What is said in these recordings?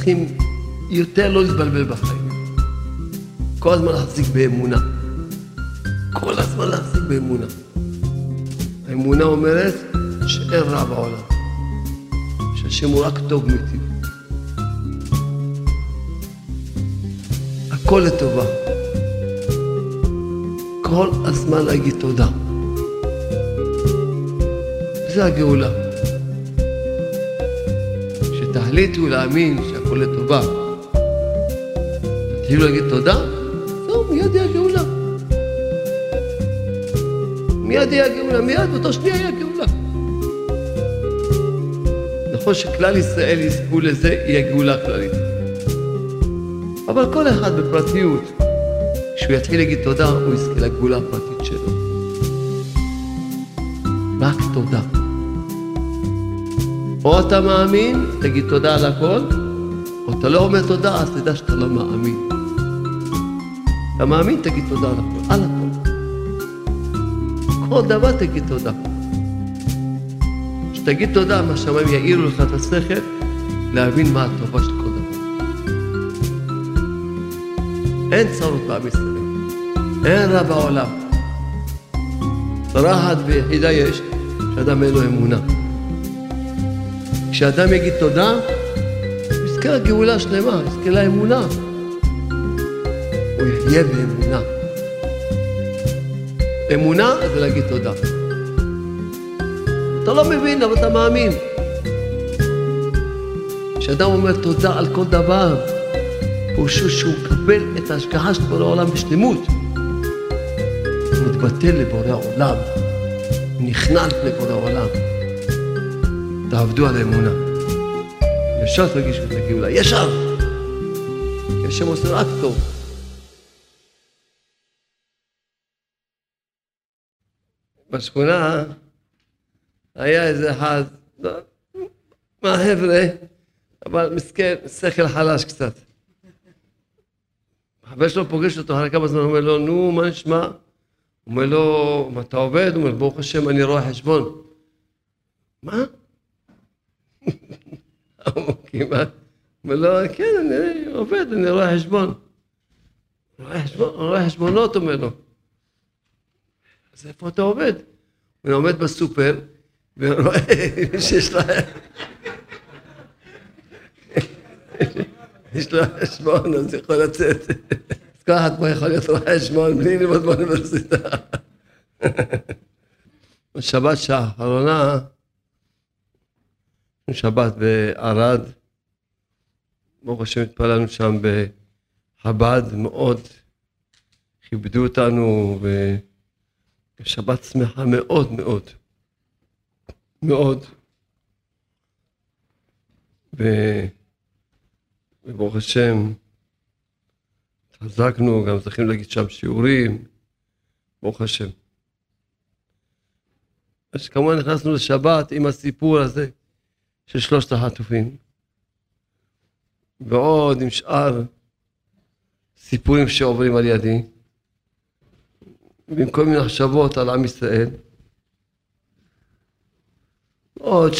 צריכים יותר לא להתבלבל בחיים. כל הזמן להחזיק באמונה. כל הזמן להחזיק באמונה. האמונה אומרת שאין רע בעולם. שהשם הוא רק טוב מטיב. הכל לטובה. כל הזמן להגיד תודה. זה הגאולה. כשתחליטו להאמין שהכל לטובה, תתחילו להגיד תודה, זהו, מיד יהיה הגאולה. מיד יהיה הגאולה, מיד באותו שנייה יהיה הגאולה. נכון שכלל ישראל יזכו לזה, יהיה גאולה כללית. אבל כל אחד בפרטיות, כשהוא יתחיל להגיד תודה, הוא יזכה לגאולה הפרטית שלו. רק תודה. או אתה מאמין, תגיד תודה על הכל, או אתה לא אומר תודה, אז תדע שאתה לא מאמין. אתה מאמין, תגיד תודה על הכל, על הכל. כל דבר תגיד תודה. כשתגיד תודה, מה שהשמיים יאירו לך את השכל, להבין מה הטובה של כל דבר. אין צרות בעם ישראל. אין רע בעולם. צרה אחת ויחידה יש, שאדם אין לו אמונה. כשאדם יגיד תודה, הוא יזכה לגאולה שלמה, יזכה לאמונה. הוא יחיה באמונה. אמונה זה להגיד תודה. אתה לא מבין, אבל אתה מאמין. כשאדם אומר תודה על כל דבר, פירושו שהוא מקבל את ההשגחה של בורא העולם בשלמות. הוא מתבטא לבורא העולם. הוא נכנע לבורא העולם. תעבדו על האמונה. ישר תרגישו את הגאולה. ישר! כי השם עושה רק טוב. בשכונה היה איזה אחד, מהחבר'ה, אבל מסכן, שכל חלש קצת. החבר שלו פוגש אותו אחרי כמה זמן, הוא אומר לו, נו, מה נשמע? הוא אומר לו, מה אתה עובד? הוא אומר, ברוך השם, אני רואה חשבון. מה? הוא כמעט, הוא אומר לו, כן, אני עובד, אני רואה חשבון. רואה חשבונות, אומר לו. אז איפה אתה עובד? הוא עומד בסופר, ורואה שיש לה... יש לו חשבון, אז יכול לצאת. אז כל אחד פה יכול להיות רואה חשבון, בלי ללמוד באוניברסיטה. בשבת האחרונה, שבת בערד, ברוך השם התפללנו שם בחב"ד, מאוד כיבדו אותנו, ושבת שמחה מאוד מאוד, מאוד. וברוך השם, התחזקנו, גם צריכים להגיד שם שיעורים, ברוך השם. אז כמובן נכנסנו לשבת עם הסיפור הזה של 3 החטופים, ועוד עם שאר סיפורים שעוברים על ידי, ועם כל מיני מחשבות על עם ישראל. עוד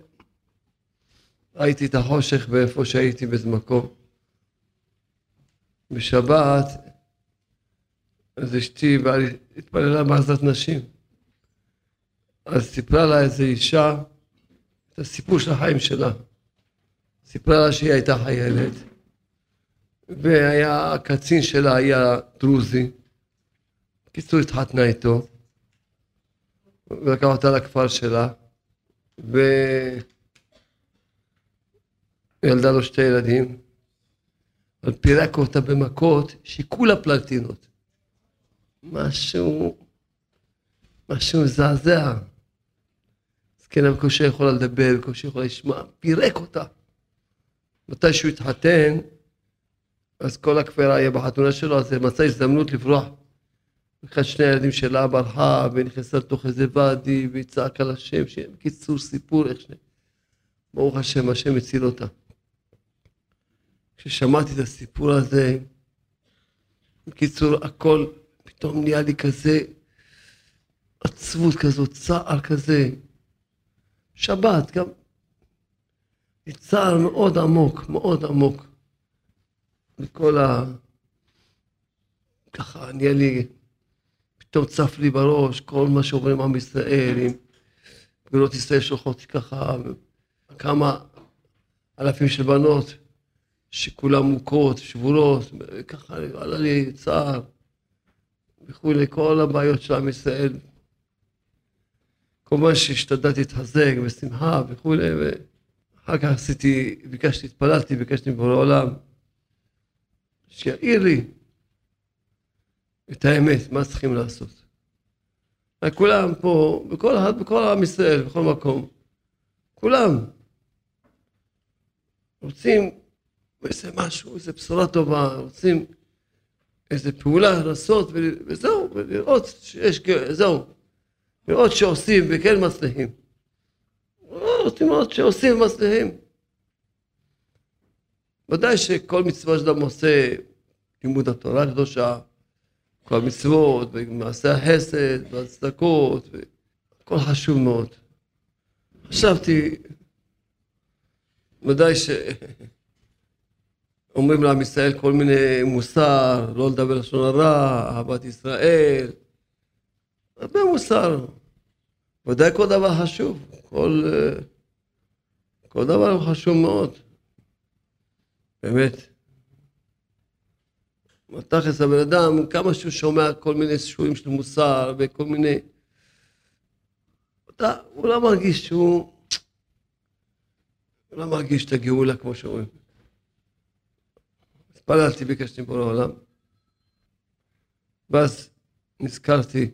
ראיתי את החושך באיפה שהייתי באיזה מקום. בשבת, אז אשתי התפללה בעזרת נשים. אז סיפרה לה איזו אישה את הסיפור של החיים שלה. סיפרה לה שהיא הייתה חיילת, והיה הקצין שלה היה דרוזי. בקיצור התחתנה איתו, ולקח אותה לכפר שלה, וילדה לו 2 ילדים, אבל פירק אותה במכות שכולה פלטינות. משהו מזעזע. אז כן, בקושי יכולה לדבר, בקושי יכולה לשמוע, פירק אותה. מתי שהוא התחתן, אז כל הכפרה היה בחתונה שלו, אז מצא הזדמנות לברוח. אחד 2 הילדים שלה ברחה, ונכנסה לתוך איזה ואדי, והצעק על השם, בקיצור סיפור איך ברוך השם, השם הציל אותה. כששמעתי את הסיפור הזה, בקיצור, הכל פתאום נהיה לי כזה, עצבות כזאת, צער כזה. שבת, גם צער מאוד עמוק, מאוד עמוק. מכל ככה, נהיה לי, פתאום צף לי בראש, כל מה שעוברים עם ישראל, עם בנות ישראל שולחות ככה, כמה אלפים של בנות, שכולם מוכות, שבורות, ככה עלה לי צער, וכו' לכל הבעיות של עם ישראל. כמובן שהשתדלתי להתחזק בשמחה וכו', ואחר כך ביקשתי מבורא עולם, שיעיר לי את האמת, מה צריכים לעשות. כולם פה, בכל עם ישראל, בכל מקום, כולם רוצים איזה משהו, איזה בשורה טובה, רוצים איזה פעולה לעשות, וזהו, ולראות שיש, זהו, לראות שעושים וכן מצליחים. רוצים לראות שעושים ומצליחים. ודאי שכל מצווה שאדם עושה, לימוד התורה הקדושה, כל המצוות, ומעשה החסד, והצדקות, הכל חשוב מאוד. חשבתי, ודאי שאומרים לעם ישראל כל מיני מוסר, לא לדבר לשון הרע, אהבת ישראל, הרבה מוסר. ודאי כל דבר חשוב, כל דבר הוא חשוב מאוד. באמת. מתחס הבן אדם, כמה שהוא שומע כל מיני שיעורים של מוסר וכל מיני... הוא לא מרגיש הוא לא מרגיש את הגאולה כמו שאומרים. התפללתי, ביקשתי פה לעולם. ואז נזכרתי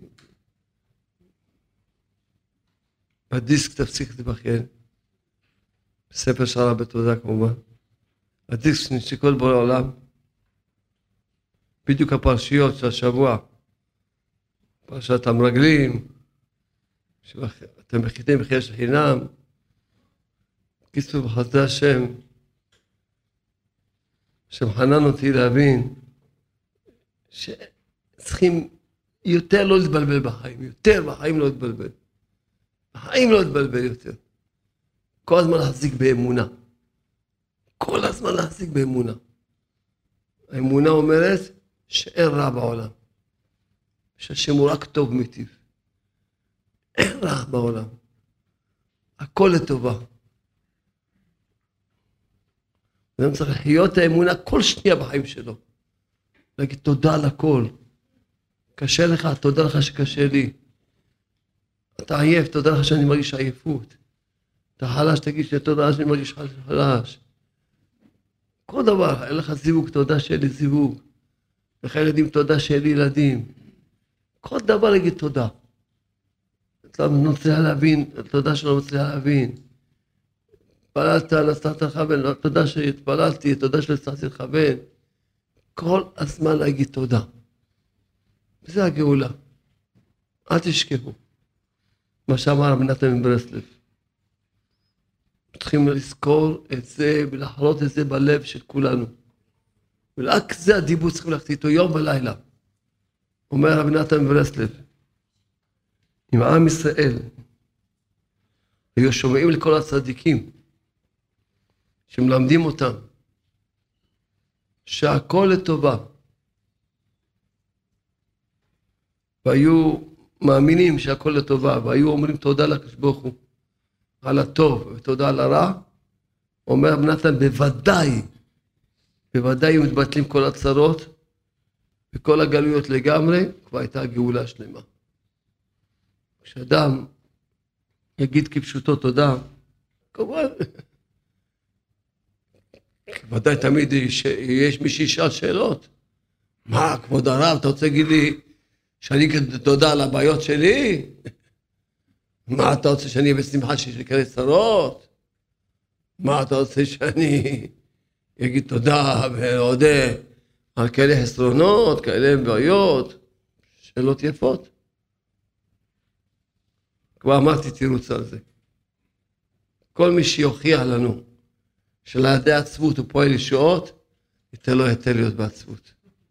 בדיסק תפסיק לבכיין. בספר שערה בתודה כמובן. הדיסק שנשיקות בו לעולם. בדיוק הפרשיות של השבוע. פרשת המרגלים. אתם מחיתים בחייה של חינם. קיצור בחסדי השם. שמחנן אותי להבין שצריכים יותר לא להתבלבל בחיים. יותר בחיים לא להתבלבל. בחיים לא להתבלבל יותר. כל הזמן להחזיק באמונה. כל הזמן להחזיק באמונה. האמונה אומרת שאין רע בעולם. שהשם הוא רק טוב מיטיב. אין רע בעולם. הכל לטובה. ואדם צריך לחיות האמונה כל שנייה בחיים שלו. להגיד תודה על הכל. קשה לך, תודה לך שקשה לי. אתה עייף, תודה לך שאני מרגיש עייפות. אתה חלש, תגיד שתודה שאני מרגיש חלש. כל דבר, אין לך זיווג, תודה שלי זיווג. לך ילדים, תודה שלי ילדים. כל דבר להגיד תודה. אתה מצליח להבין, תודה שלא מצליח להבין. התפללת, נסעת לכוון, תודה שהתפללתי, תודה שהצלחתי לכוון. כל הזמן להגיד תודה. וזה הגאולה. אל תשכחו. מה שאמר רבי נתן מברסלב. צריכים לזכור את זה ולחרות את זה בלב של כולנו. ורק זה הדיבור צריכים ללכת איתו יום ולילה. אומר רבי נתן מברסלב. עם עם ישראל היו שומעים לכל הצדיקים שמלמדים אותם שהכל לטובה והיו מאמינים שהכל לטובה והיו אומרים תודה לקדוש ברוך הוא על הטוב ותודה על הרע. אומר רבי נתן בוודאי מתבטלים כל הצרות וכל הגלויות לגמרי, כבר הייתה גאולה שלמה. כשאדם יגיד כפשוטו תודה, כמובן, ודאי תמיד יש מי שישאל שאלות. מה, כבוד הרב, אתה רוצה להגיד לי שאני אגיד תודה על הבעיות שלי? מה אתה רוצה שאני אהיה בשמחה שיש לי כאלה צרות? מה אתה רוצה שאני אגיד תודה ועודה על כאלה חסרונות, כאלה בעיות? שאלות יפות. כבר אמרתי תירוץ על זה. כל מי שיוכיח לנו שלידי עצבות הוא פועל ישועות, ייתן לו היתר להיות בעצבות.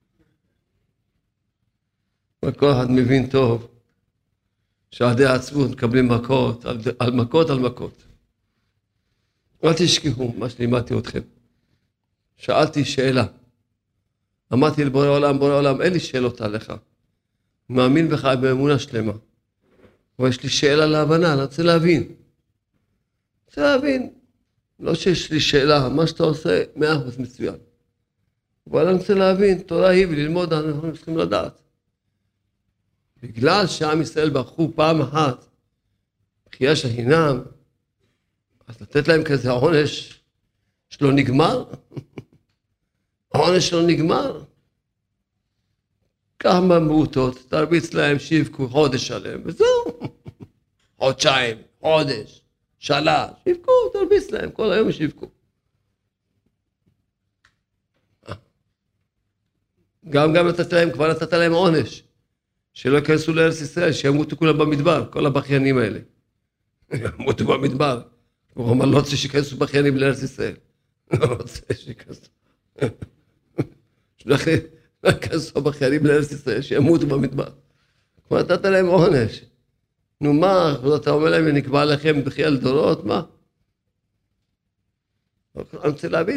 וכל אחד מבין טוב שעדי העצבות מקבלים מכות, על מכות על מכות. אל תשכחו מה שלימדתי אתכם. שאלתי שאלה. אמרתי לבורא עולם, אין לי שאלות עליך. מאמין בך באמונה שלמה. אבל יש לי שאלה להבנה, אני רוצה להבין. לא שיש לי שאלה, מה שאתה עושה 100% מצוין. אבל אני רוצה להבין, תורה היא וללמוד, אנחנו צריכים לדעת. בגלל שעם ישראל בחרו פעם אחת, בחייה של חינם, אז לתת להם כזה עונש שלא נגמר? העונש שלא נגמר? כמה מעוטות, תרביץ להם שיבכו חודש שלם, וזהו. חודשיים, חודש, שנה, שיבכו, תרביץ להם, כל היום שיבכו. גם נתת להם, כבר נתת להם עונש, שלא ייכנסו לארץ ישראל, שימותו כולם במדבר, כל הבחיינים האלה. ימותו במדבר. הוא אומר, לא רוצה שיכנסו בחיינים לארץ ישראל. לא רוצה שיכנסו. שלא ייכנסו בחיינים לארץ ישראל, שימותו במדבר. כבר נתת להם עונש. נו מה, אתה אומר להם, נקבע לכם בכי על דורות, מה? אני רוצה להבין.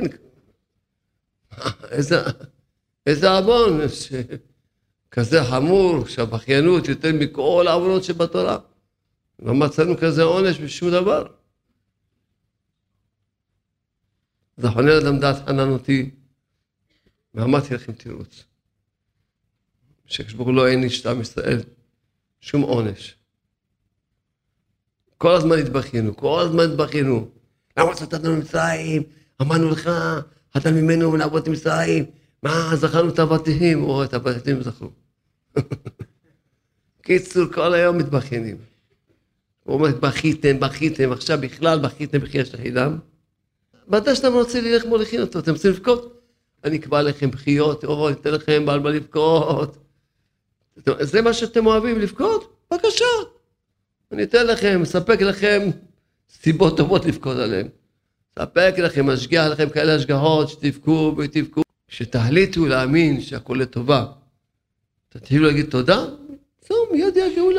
איזה עוון, כזה חמור, שהבחיינות יותר מכל העוונות שבתורה. לא מצאנו כזה עונש בשום דבר. אז החונן אדם דעת חנן אותי, ואמרתי לכם תירוץ. שכשברוך לא אין איש עם ישראל, שום עונש. כל הזמן התבכינו. למה צאתנו ממצרים? אמרנו לך, אתה ממנו ונעבוד את מצרים. מה, זכרנו את אבותיהם? או את אבותיהם זכרו. קיצור, כל היום מתבכיינים. הוא אומר, בכיתם, עכשיו בכלל בכיתם בחייה של חינם. ודאי שאתם רוצים ללך מוליכין אותו, אתם רוצים לבכות. אני אקבע לכם בחיות, או אתן לכם בעל מה לבכות. זה מה שאתם אוהבים, לבכות? בבקשה. אני אתן לכם, אספק לכם סיבות טובות לבכות עליהם. אספק לכם, אשגיח לכם כאלה השגחות שתבכו ותבכו. כשתחליטו להאמין שהכל לטובה, תתחילו להגיד תודה, זהו, מיד יהיה גאולה.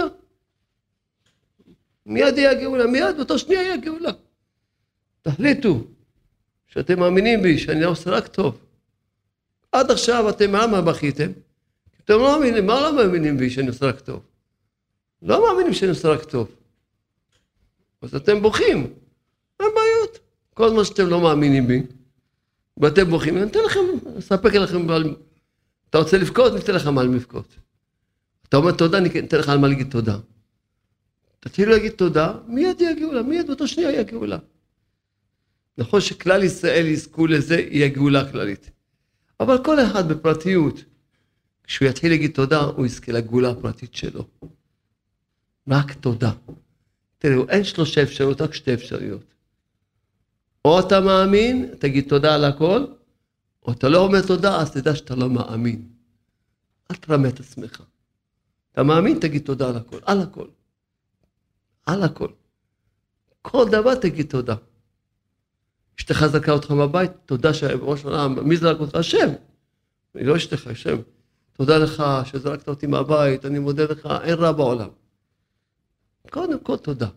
מיד באותו שנייה יהיה גאולה. תחליטו שאתם מאמינים בי, שאני עושה רק טוב. עד עכשיו אתם מה בכיתם? אתם לא מאמינים, מה לא מאמינים בי שאני עושה רק טוב? לא מאמינים שאני עושה רק טוב. אז אתם בוכים, אין בעיות. כל מה שאתם לא מאמינים בי, ואתם בוכים, אני אתן לכם, אספק לכם, אתה רוצה לבכות, אני אתן לכם על מבכות. אתה אומר תודה, אני אתן לך על מה להגיד תודה. תתחילו להגיד תודה, מיד יהיה גאולה, מיד באותו שנייה יהיה גאולה. נכון שכלל ישראל יזכו לזה, יהיה גאולה כללית. אבל כל אחד בפרטיות, כשהוא יתחיל להגיד תודה, הוא יזכה לגאולה הפרטית שלו. רק תודה. תראו, אין 3 אפשרויות, רק 2 אפשרויות. או אתה מאמין, תגיד תודה על הכל, או אתה לא אומר תודה, אז תדע שאתה לא מאמין. אל תרמה את עצמך. אתה מאמין, תגיד תודה על הכל, על הכל. על הכל. כל דבר תגיד תודה. אשתך זרקה אותך מהבית, תודה שבראש העולם, מי זרק אותך? השם. אני לא אשתך, השם. תודה לך שזרקת אותי מהבית, אני מודה לך, אין רע בעולם. קודם כל תודה.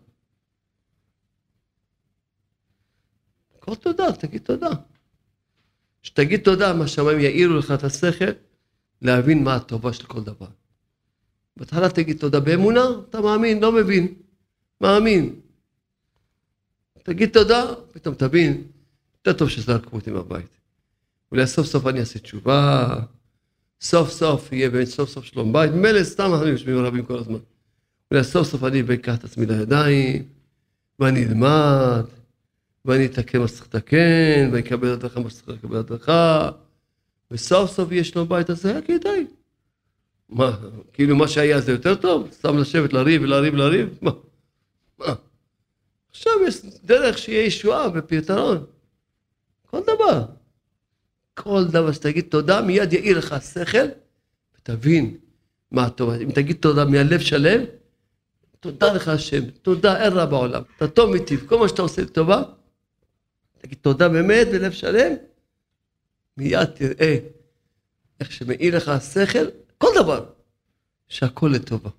כל תודה, תגיד תודה. שתגיד תודה, מה שהשמיים יאירו לך את השכל, להבין מה הטובה של כל דבר. בהתחלה תגיד תודה באמונה, אתה מאמין, לא מבין. מאמין. תגיד תודה, פתאום תבין, יותר טוב שזרקו אותי מהבית. אולי סוף סוף אני אעשה תשובה, סוף סוף יהיה באמת סוף סוף שלום בית, ממילא סתם אנחנו יושבים רבים כל הזמן. אולי סוף סוף אני אקח את עצמי לידיים, ואני אלמד, ואני אתקן מה שצריך לתקן, ואני אקבל את דרך מה שצריך לקבל את דרך, וסוף סוף יהיה שלום בית, אז היה כדאי. מה, כאילו מה שהיה זה יותר טוב? סתם לשבת לריב ולריב? מה? עכשיו יש דרך שיהיה ישועה בפתרון. כל דבר שתגיד תודה, מיד יאיר לך השכל, ותבין מה הטובה. אם תגיד תודה מהלב שלם, תודה לך השם, תודה, אין רע בעולם. אתה טוב מטיב, כל מה שאתה עושה לטובה, תגיד תודה באמת בלב שלם, מיד תראה איך שמאיר לך השכל, כל דבר, שהכל לטובה.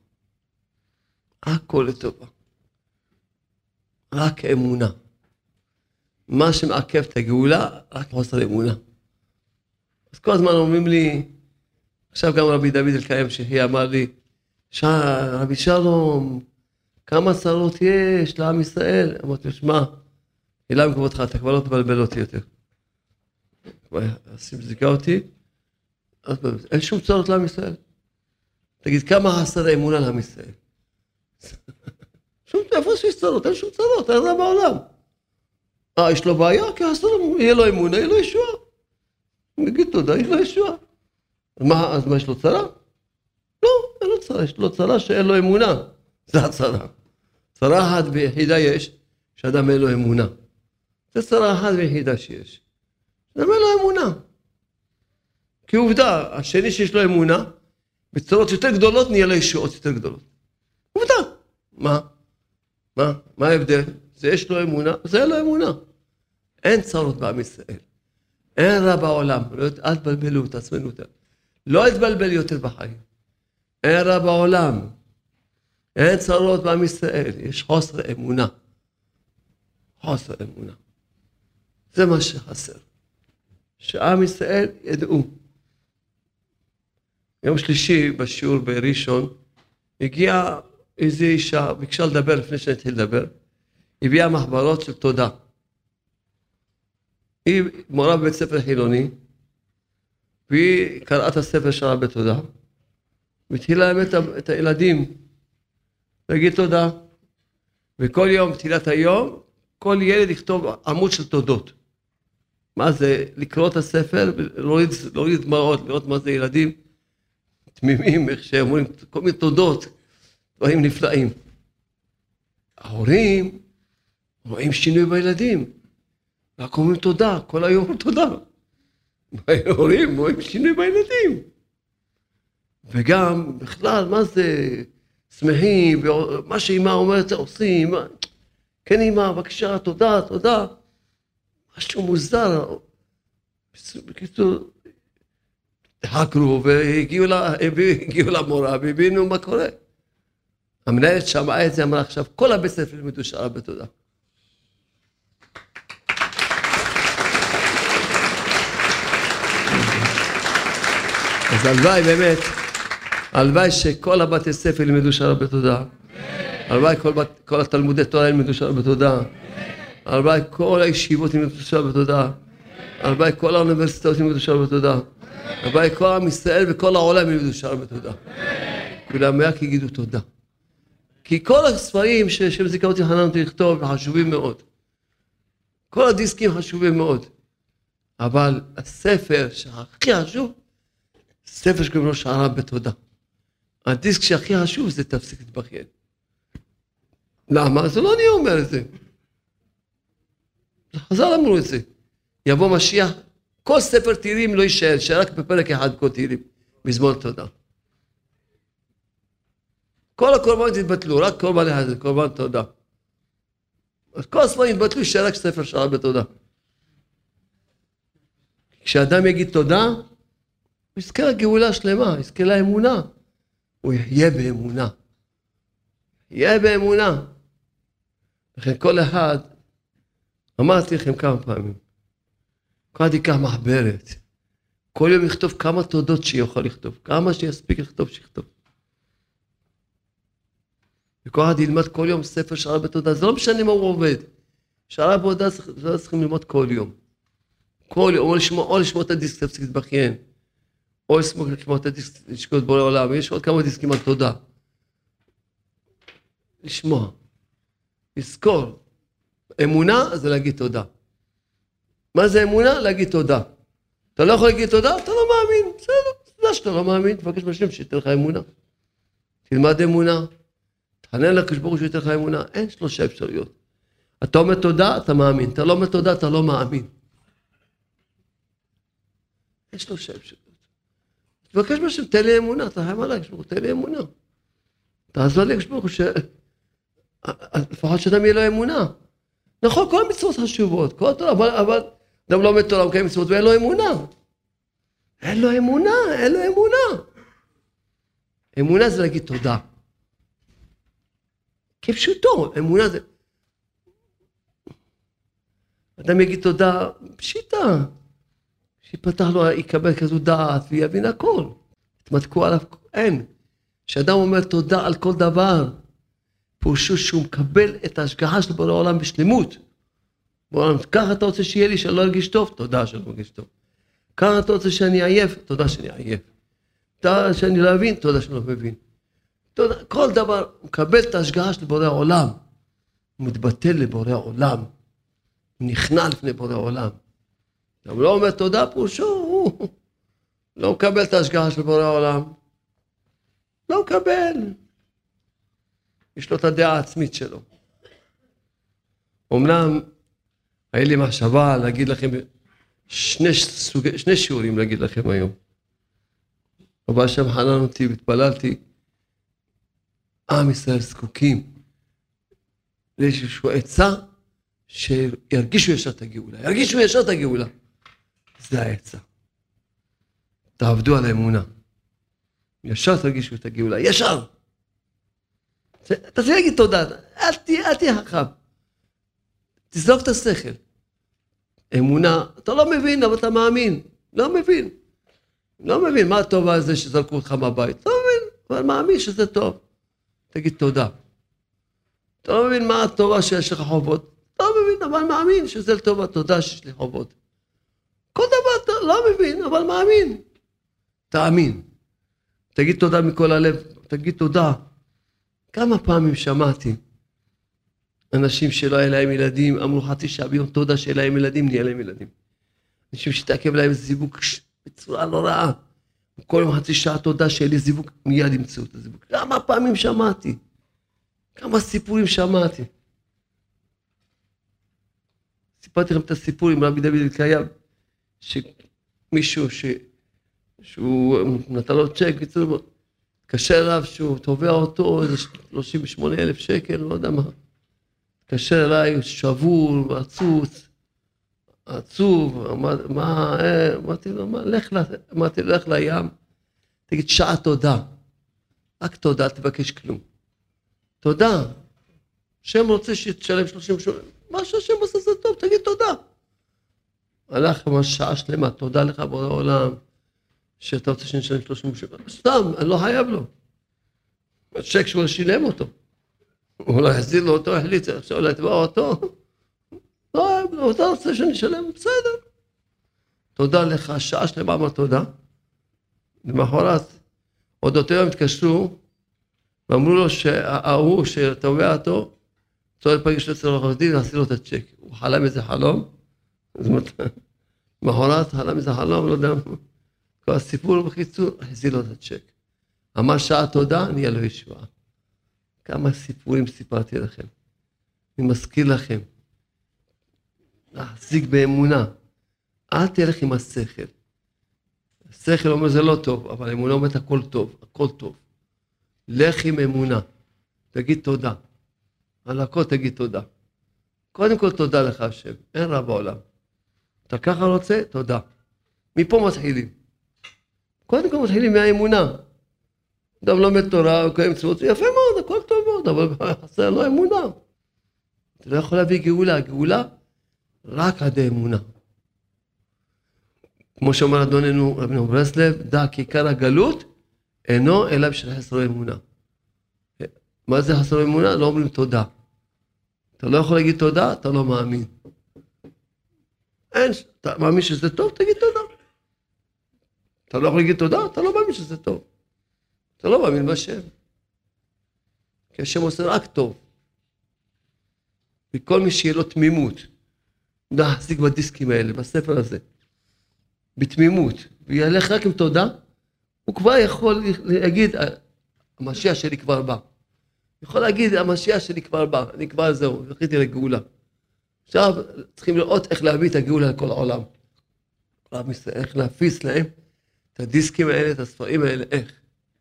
הכל לטובה. רק אמונה. מה שמעכב את הגאולה, רק חוסר אמונה. אז כל הזמן אומרים לי, עכשיו גם רבי דוד אלקיים שהיא אמר לי, רבי שלום, כמה צרות יש לעם ישראל? אמרתי לו, שמע, הילה מכבודך, אתה כבר לא תבלבל אותי יותר. עושים זיקה אותי, אין שום צרות לעם ישראל. תגיד, כמה חסר אמונה לעם ישראל? איפה שיש צרות? אין שום צרות, אין רע בעולם. יש לו בעיה? כי חסר, יהיה לו אמונה, יהיה לו ישועה. נגיד תודה, יש לו ישועה. אז מה, יש לו צרה? לא, אין לו צרה, יש לו צרה שאין לו אמונה. זה הצרה. צרה אחת ויחידה יש, שאדם אין לו אמונה. זה צרה אחת ויחידה שיש. שאדם אין לו אמונה. כי עובדה, השני שיש לו אמונה, בצרות יותר גדולות נהיה לו ישועות יותר גדולות. עובדה. מה ההבדל? זה יש לו אמונה, זה אין לו אמונה. אין צרות בעם ישראל. אין רע בעולם, אל תבלבלו את עצמנו יותר. לא תבלבל יותר בחיים. אין רע בעולם. אין צרות בעם ישראל. יש חוסר אמונה. חוסר אמונה. זה מה שחסר. שעם ישראל ידעו. יום שלישי בשיעור בראשון, הגיעה איזו אישה, ביקשה לדבר לפני שנתחיל לדבר, הביאה מחברות של תודה. היא מורה בבית ספר חילוני, והיא קראה את הספר שלה בתודה, והתחילה להם את הילדים, להגיד תודה, וכל יום, בתחילת היום, כל ילד יכתוב עמוד של תודות. מה זה? לקרוא את הספר, להוריד דמעות, לראות מה זה ילדים תמימים, איך שאומרים, כל מיני תודות, דברים נפלאים. ההורים רואים שינוי בילדים, רק אומרים תודה, כל היום אומרים תודה. ההורים רואים שינוי בילדים. וגם בכלל, מה זה? שמחים, מה שאמא אומרת, עושים. כן אמא, בבקשה, תודה, תודה. משהו מוזר. בקיצור, דחקו והגיעו למורה והבינו מה קורה. המנהלת שמעה את זה, אמרה עכשיו, כל הבית ספר ילמדו שעה בתודה. אז הלוואי באמת, הלוואי שכל הבתי ספר ילמדו שעה בתודה. הלוואי כל התלמודי תורה ילמדו שעה בתודה. הלוואי כל הישיבות ילמדו שעה בתודה. הלוואי כל האוניברסיטאות ילמדו שעה בתודה. הלוואי כל עם ישראל וכל העולם ילמדו שעה בתודה. כולם רק יגידו תודה. כי כל הספרים שמזיקה אותי חנן אותי לכתוב חשובים מאוד. כל הדיסקים חשובים מאוד. אבל הספר שהכי חשוב, ספר שקוראים לו שערה בתודה. הדיסק שהכי חשוב זה תפסיק להתבכיין. למה? זה לא אני אומר את זה. חז"ל אמרו את זה. יבוא משיח, כל ספר תהילים לא יישאר, שרק בפרק אחד כל תהילים, מזמור תודה. כל הקורבנות יתבטלו, רק קורבן אחד, זה קורבן תודה. אז כל הספרים יתבטלו, יישאר רק ספר שערה בתודה. כשאדם יגיד תודה, הוא יזכה לגאולה שלמה, יזכה לאמונה. הוא יהיה באמונה. יהיה באמונה. לכן כל אחד, אמרתי לכם כמה פעמים, כל אחד ייקח מחברת, כל יום יכתוב כמה תודות שיוכל לכתוב, כמה שיספיק לכתוב שיכתוב. וכל אחד ילמד כל יום ספר שערה בתודה, זה לא משנה מה הוא עובד. שערה בתודה צריכים ללמוד כל יום. כל יום, או לשמוע את הדיסק, תפסיק להתבכיין. או לשמוע את הדיסק, לשקוט בורא עולם. יש עוד כמה דיסקים על תודה. לשמוע. לזכור. אמונה זה להגיד תודה. מה זה אמונה? להגיד תודה. אתה לא יכול להגיד תודה, אתה לא מאמין. בסדר, תדע שאתה לא מאמין, תבקש מהשם שייתן לך אמונה. תלמד אמונה. תחנן לקדוש ברוך הוא שייתן לך אמונה. אין 3 אפשרויות. אתה אומר תודה, אתה מאמין. אתה לא אומר תודה, אתה לא מאמין. אין 3 אפשרויות. תבקש מהשם, תן לי אמונה, אתה חייב עליי, תן לי אמונה. תעזור לי, ברוך הוא, לפחות שאדם יהיה לו אמונה. נכון, כל המצוות חשובות, כל התורה, אבל אדם לא עומד תורה, מקיים מצוות ואין לו אמונה. אין לו אמונה, אין לו אמונה. אמונה זה להגיד תודה. כפשוטו, אמונה זה... אדם יגיד תודה, פשיטה. שיפתח לו, יקבל כזו דעת ויבין הכל. התמתקו עליו, אין. כשאדם אומר תודה על כל דבר, פירושו שהוא מקבל את ההשגחה של בורא העולם בשלמות. בורא העולם, ככה אתה רוצה שיהיה לי שאני לא ארגיש טוב? תודה שאני לא ארגיש טוב. ככה אתה רוצה שאני עייף? תודה שאני עייף. תודה שאני לא אבין? תודה שאני לא מבין. תודה, כל דבר, הוא מקבל את ההשגחה של בורא העולם. הוא מתבטל לבורא העולם. הוא נכנע לפני בורא העולם. הוא לא אומר תודה פירושו, הוא לא מקבל את ההשגחה של בורא העולם. לא מקבל. יש לו את הדעה העצמית שלו. אמנם, היה לי מחשבה להגיד לכם, שני שיעורים להגיד לכם היום. אבל שם חנן אותי והתפללתי, עם ישראל זקוקים לאיזשהו עצה, שירגישו ישר את הגאולה. ירגישו ישר את הגאולה. זה העצה. תעבדו על האמונה. ישר תרגישו את הגאולה. ישר. אתה צריך להגיד תודה. אל תהיה חכם. תזרוק את השכל. אמונה, אתה לא מבין, אבל אתה מאמין. לא מבין. לא מבין מה הטוב הזה שזרקו אותך מהבית. לא מבין, אבל מאמין שזה טוב. תגיד תודה. אתה לא מבין מה הטובה שיש לך חובות. לא מבין, אבל מאמין שזה לטובה. תודה שיש לי חובות. כל דבר אתה לא מבין, אבל מאמין. תאמין. תגיד תודה מכל הלב. תגיד תודה. כמה פעמים שמעתי אנשים שלא היה להם ילדים, אמרו חצי שעה ביום תודה שיהיה להם ילדים, נהיה להם ילדים. אנשים שתעכב להם זיווג בצורה לא רעה. כל יום חצי שעה תודה שיהיה לי זיווג, מיד ימצאו את הזיווג. כמה פעמים שמעתי. כמה סיפורים שמעתי. סיפרתי לכם את הסיפור עם רבי דוד אלקיים, שמישהו שהוא נתן לו צ'ק, קשה אליו שהוא תובע אותו, איזה 38,000 שקל, לא יודע מה. קשה אליי, שבור, עצוב, אמרתי לו, לך לים, תגיד שעה תודה, רק תודה, תבקש כלום. תודה, השם רוצה שתשלם 38, מה שהשם עושה זה טוב, תגיד תודה. הלך ממש שעה שלמה, תודה לך בורא העולם, שאתה רוצה שנשלם 38, סתם, אני לא חייב לו. הצ'ק שהוא שילם אותו. הוא לא יחזיר לו אותו, החליט, עכשיו לתבע אותו. לא, אתה רוצה שנשלם, בסדר. תודה לך, שעה שלמה אמר תודה. למחרת, עוד אותו יום התקשרו, ואמרו לו שההוא שתובע אותו, צריך פגיש אצל עורך דין, ועשי לו את הצ'ק. הוא חלם איזה חלום, למחרת חלם איזה חלום, לא יודע, כל הסיפור בקיצור, החזיר לו את הצ'ק. אמר שעה תודה, נהיה לו ישועה. כמה סיפורים סיפרתי לכם. אני מזכיר לכם. להחזיק באמונה. אל תלך עם השכל. השכל אומר זה לא טוב, אבל האמונה אומרת הכל טוב, הכל טוב. לך עם אמונה. תגיד תודה. על הכל תגיד תודה. קודם כל תודה לך השם. אין רע בעולם. אתה ככה רוצה? תודה. מפה מתחילים. קודם כל מתחילים מהאמונה. אדם לומד תורה, הוא קיים מצוות, יפה מאוד, הכל טוב מאוד, אבל חסר לו אמונה. אתה לא יכול להביא גאולה, גאולה רק עד האמונה. כמו שאומר אדוננו רבי ברסלב, דע כי עיקר הגלות אינו אלא בשביל חסר אמונה. מה זה חסר אמונה? לא אומרים תודה. אתה לא יכול להגיד תודה, אתה לא מאמין. אין, אתה מאמין שזה טוב, תגיד תודה. אתה לא יכול להגיד תודה, אתה לא מאמין שזה טוב. אתה לא מאמין בשם. כי השם עושה רק טוב. וכל מי שיהיה לו תמימות, להחזיק בדיסקים האלה, בספר הזה, בתמימות, וילך רק עם תודה, הוא כבר יכול להגיד, המשיח שלי כבר בא. יכול להגיד, המשיח שלי כבר בא, אני כבר זהו, זכיתי לגאולה. עכשיו צריכים לראות איך להביא את הגאולה לכל העולם. איך להפיץ להם את הדיסקים האלה, את הספרים האלה, איך.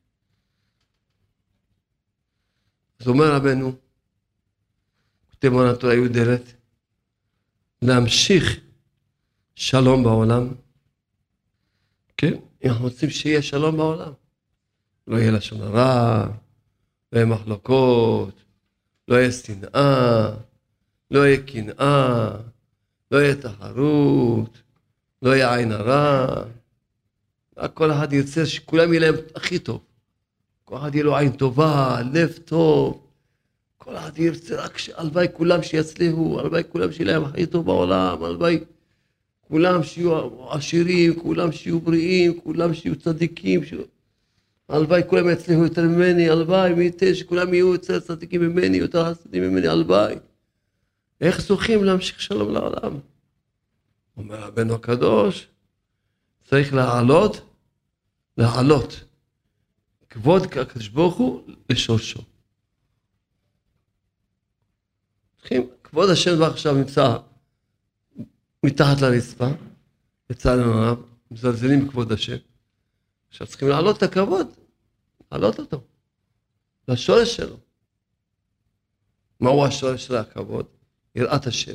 אז אומר רבנו, כותב מורן התורה י"ד, להמשיך שלום בעולם, כן? אנחנו רוצים שיהיה שלום בעולם. לא יהיה לשון הרע, לא יהיה מחלוקות, לא יהיה שנאה, לא יהיה קנאה, לא יהיה תחרות, לא יהיה עין הרע. כל אחד ירצה שכולם יהיה להם הכי טוב. כל אחד יהיה לו עין טובה, לב טוב. כל אחד ירצה רק הלוואי כולם שיצליחו, הלוואי כולם שיהיה להם הכי טוב בעולם, הלוואי כולם שיהיו עשירים, כולם שיהיו בריאים, כולם שיהיו צדיקים, הלוואי כולם יצליחו יותר ממני, הלוואי מי ייתן שכולם יהיו יותר צדיקים ממני, יותר חסידים ממני, הלוואי. איך זוכים להמשיך שלום לעולם? אומר רבנו הקדוש, צריך להעלות כבוד הקדוש ברוך הוא לשורשו. כבוד השם כבר עכשיו נמצא מתחת לרצפה, לצערנו הרב, מזלזלים בכבוד השם. עכשיו צריכים להעלות את הכבוד, להעלות אותו, לשורש שלו. מהו השורש של הכבוד? יראת השם.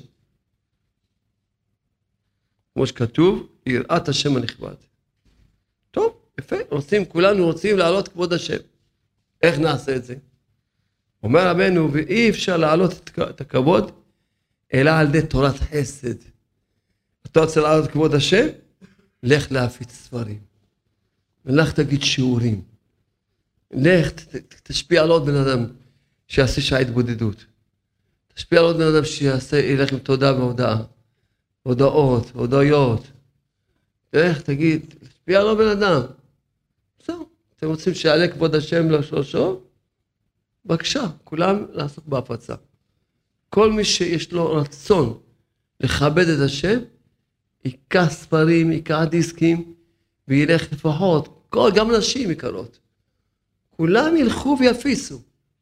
כמו שכתוב, יראת השם הנכבד. טוב, יפה, כולנו רוצים להעלות כבוד השם. איך נעשה את זה? אומר רבנו, ואי אפשר להעלות את הכבוד, אלא על ידי תורת חסד. אתה רוצה להעלות כבוד השם? לך להפיץ ספרים. ולך תגיד שיעורים. לך תשפיע על עוד בן אדם שיעשה שעה התבודדות. תשפיע על עוד בן אדם שילך עם תודה והודעה. הודעות. לך תגיד, תשפיע על עוד בן אדם. זהו, אתם רוצים שיעלה כבוד השם לשורשו? בבקשה, כולם לעסוק בהפצה. כל מי שיש לו רצון לכבד את השם, ייקח ספרים, ייקח דיסקים, וילך לפחות, גם נשים יקרות. כולם ילכו ויפיסו.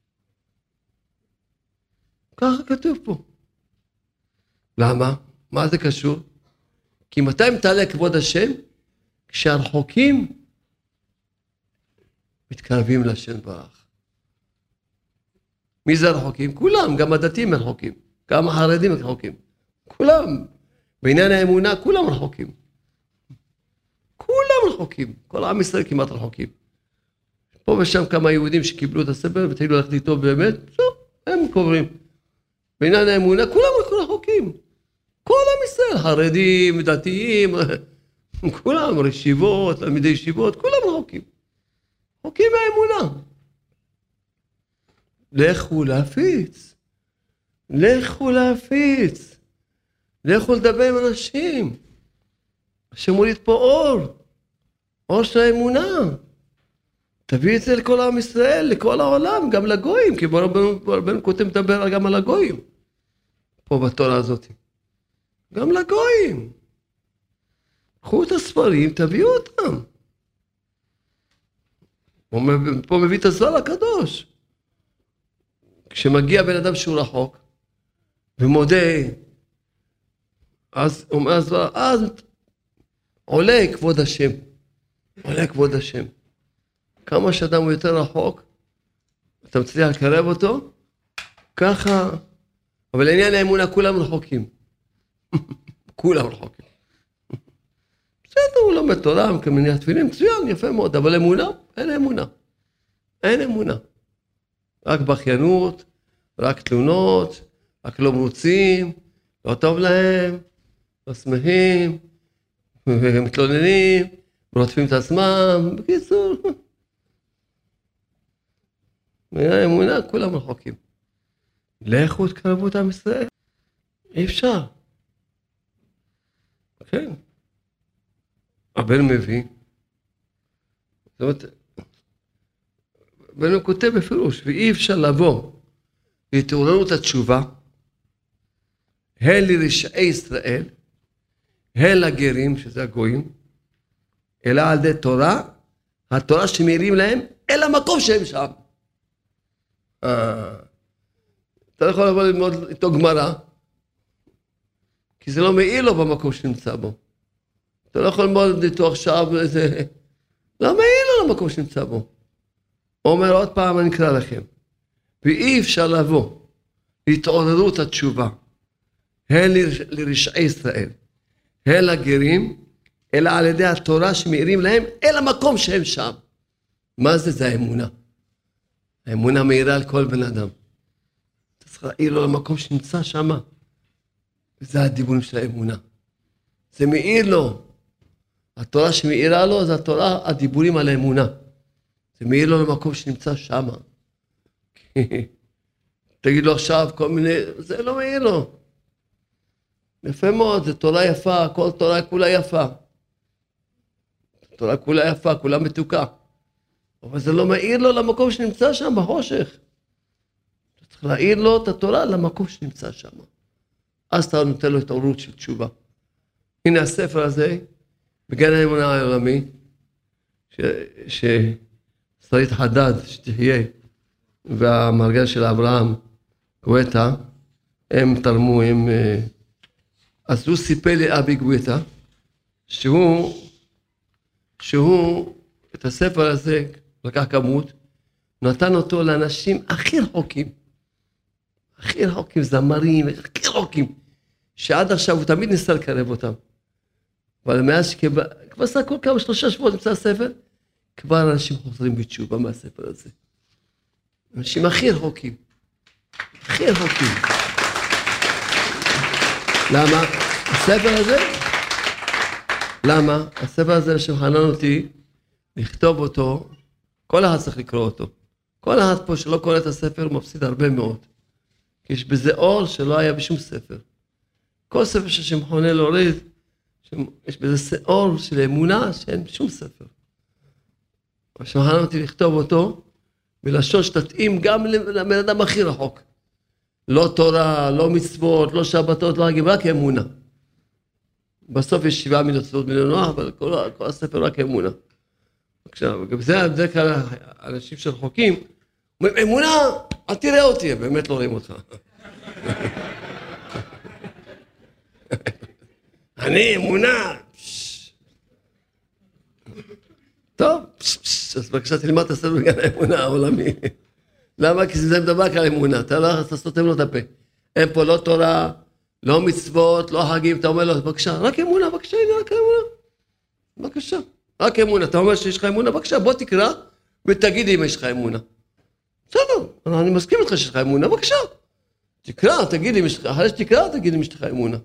ככה כתוב פה. למה? מה זה קשור? כי מתי מתעלה כבוד השם? כשהרחוקים מתקרבים לשם ברך. מי זה הרחוקים? כולם, גם הדתיים רחוקים, גם החרדים רחוקים. כולם, בעניין האמונה, כולם רחוקים. כולם רחוקים, כל עם ישראל כמעט רחוקים. פה ושם כמה יהודים שקיבלו את הספר ותהילו ללכת איתו באמת, הם קוברים. בעניין האמונה, כולם רחוקים. כל עם ישראל, חרדים, דתיים, כולם, ישיבות, תלמידי ישיבות, כולם רחוקים. רחוקים מהאמונה. לכו להפיץ. לכו לדבר עם אנשים. השם מוליד פה אור של האמונה. תביא את זה לכל עם ישראל, לכל העולם, גם לגויים, כי רבנו כותב מדבר גם על הגויים. פה בתורה הזאת. גם לגויים. קחו את הספרים, תביאו אותם. פה מביא את הזוהר הקדוש. כשמגיע בן אדם שהוא רחוק, ומודה, אז אומר הזוהר, אז עולה כבוד השם. עולה כבוד השם. כמה שאדם הוא יותר רחוק, אתה מצליח לקרב אותו, ככה, אבל לעניין האמונה כולם רחוקים. כולם רחוקים. בסדר, הוא לומד תורה, כמניח תפילין, מצוין, יפה מאוד, אבל אמונה, אין אמונה. אין אמונה. רק בכיינות, רק תלונות, רק לא מרוצים, לא טוב להם, לא שמחים, מתלוננים, מרודפים את עצמם, בקיצור. האמונה, כולם רחוקים. לכו תקרבו את עם ישראל. אי אפשר. כן. הבן מביא. זאת אומרת, הבן כותב בפירוש, ואי אפשר לבוא להתעוררות התשובה, הן לרשעי ישראל, הן לגרים, שזה הגויים, אלא על ידי תורה, התורה שמאירים להם, אל המקום שהם שם. אתה לא יכול לבוא ללמוד איתו גמרא, כי זה לא מאיר לו במקום שנמצא בו. אתה לא יכול ללמוד איתו עכשיו איזה... לא מאיר לו במקום שנמצא בו. הוא אומר עוד פעם, אני אקרא לכם. ואי אפשר לבוא להתעוררות התשובה, הן לרשעי ישראל, הן לגרים, אלא על ידי התורה שמאירים להם אל המקום שהם שם. מה זה? זה האמונה. האמונה מאירה על כל בן אדם. אתה צריך להעיר לו למקום שנמצא שם. וזה הדיבורים של האמונה. זה מאיר לו. התורה שמאירה לו זה התורה, הדיבורים על האמונה. זה מאיר לו למקום שנמצא שם. תגיד לו עכשיו כל מיני, זה לא מאיר לו. יפה מאוד, זה תורה יפה, כל תורה כולה יפה. תורה כולה יפה, כולה מתוקה. אבל זה לא מאיר לו למקום שנמצא שם, בחושך. אתה צריך להאיר לו את התורה למקום שנמצא שם. אז אתה נותן לו את האורות של תשובה. הנה הספר הזה, בגן האמונה העולמי, ששרית חדד, שתחיה, והמרגל של אברהם, גואטה, הם תרמו, אז הוא סיפר לי אבי גואטה, שהוא את הספר הזה לקח כמות, נתן אותו לאנשים הכי רחוקים, זמרים, הכי רחוקים, שעד עכשיו הוא תמיד ניסה לקרב אותם. אבל מאז שכבר עשה כל כמה 3 שבועות נמצא הספר, כבר אנשים חוזרים בתשובה מהספר הזה. אנשים הכי רחוקים. למה? הספר הזה שחנן אותי, לכתוב אותו, כל אחד צריך לקרוא אותו. כל אחד פה שלא קורא את הספר, הוא מפסיד הרבה מאוד. כי יש בזה אור שלא היה בשום ספר. כל ספר שמכונה להוריד, יש בזה אור של אמונה שאין בשום ספר. שחנן אותי לכתוב אותו, בלשון שתתאים גם לבן אדם הכי רחוק. לא תורה, לא מצוות, לא שבתות, לא חגים, רק אמונה. בסוף יש 7 מצוות בני נוח, אבל כל הספר רק אמונה. עכשיו, גם זה כאלה אנשים שרחוקים, אומרים, אמונה, אל תראה אותי, באמת לא רואים אותך. אני אמונה. טוב, אז בבקשה תלמד את הספר בגן האמונה העולמי. למה? כי זה מדבר על אמונה, אתה לא יכול לסותם לו את הפה. אין פה לא תורה, לא מצוות, לא חגים, אתה אומר לו, בבקשה, רק אמונה, בבקשה, הנה רק אמונה. בבקשה, רק אמונה, אתה אומר שיש לך אמונה, בבקשה, בוא תקרא ותגיד לי אם יש לך אמונה. בסדר, אני מסכים איתך שיש לך אמונה, בבקשה. תקרא, תגיד לי אם יש לך, אחרי שתקרא, תגיד לי אם יש לך אמונה.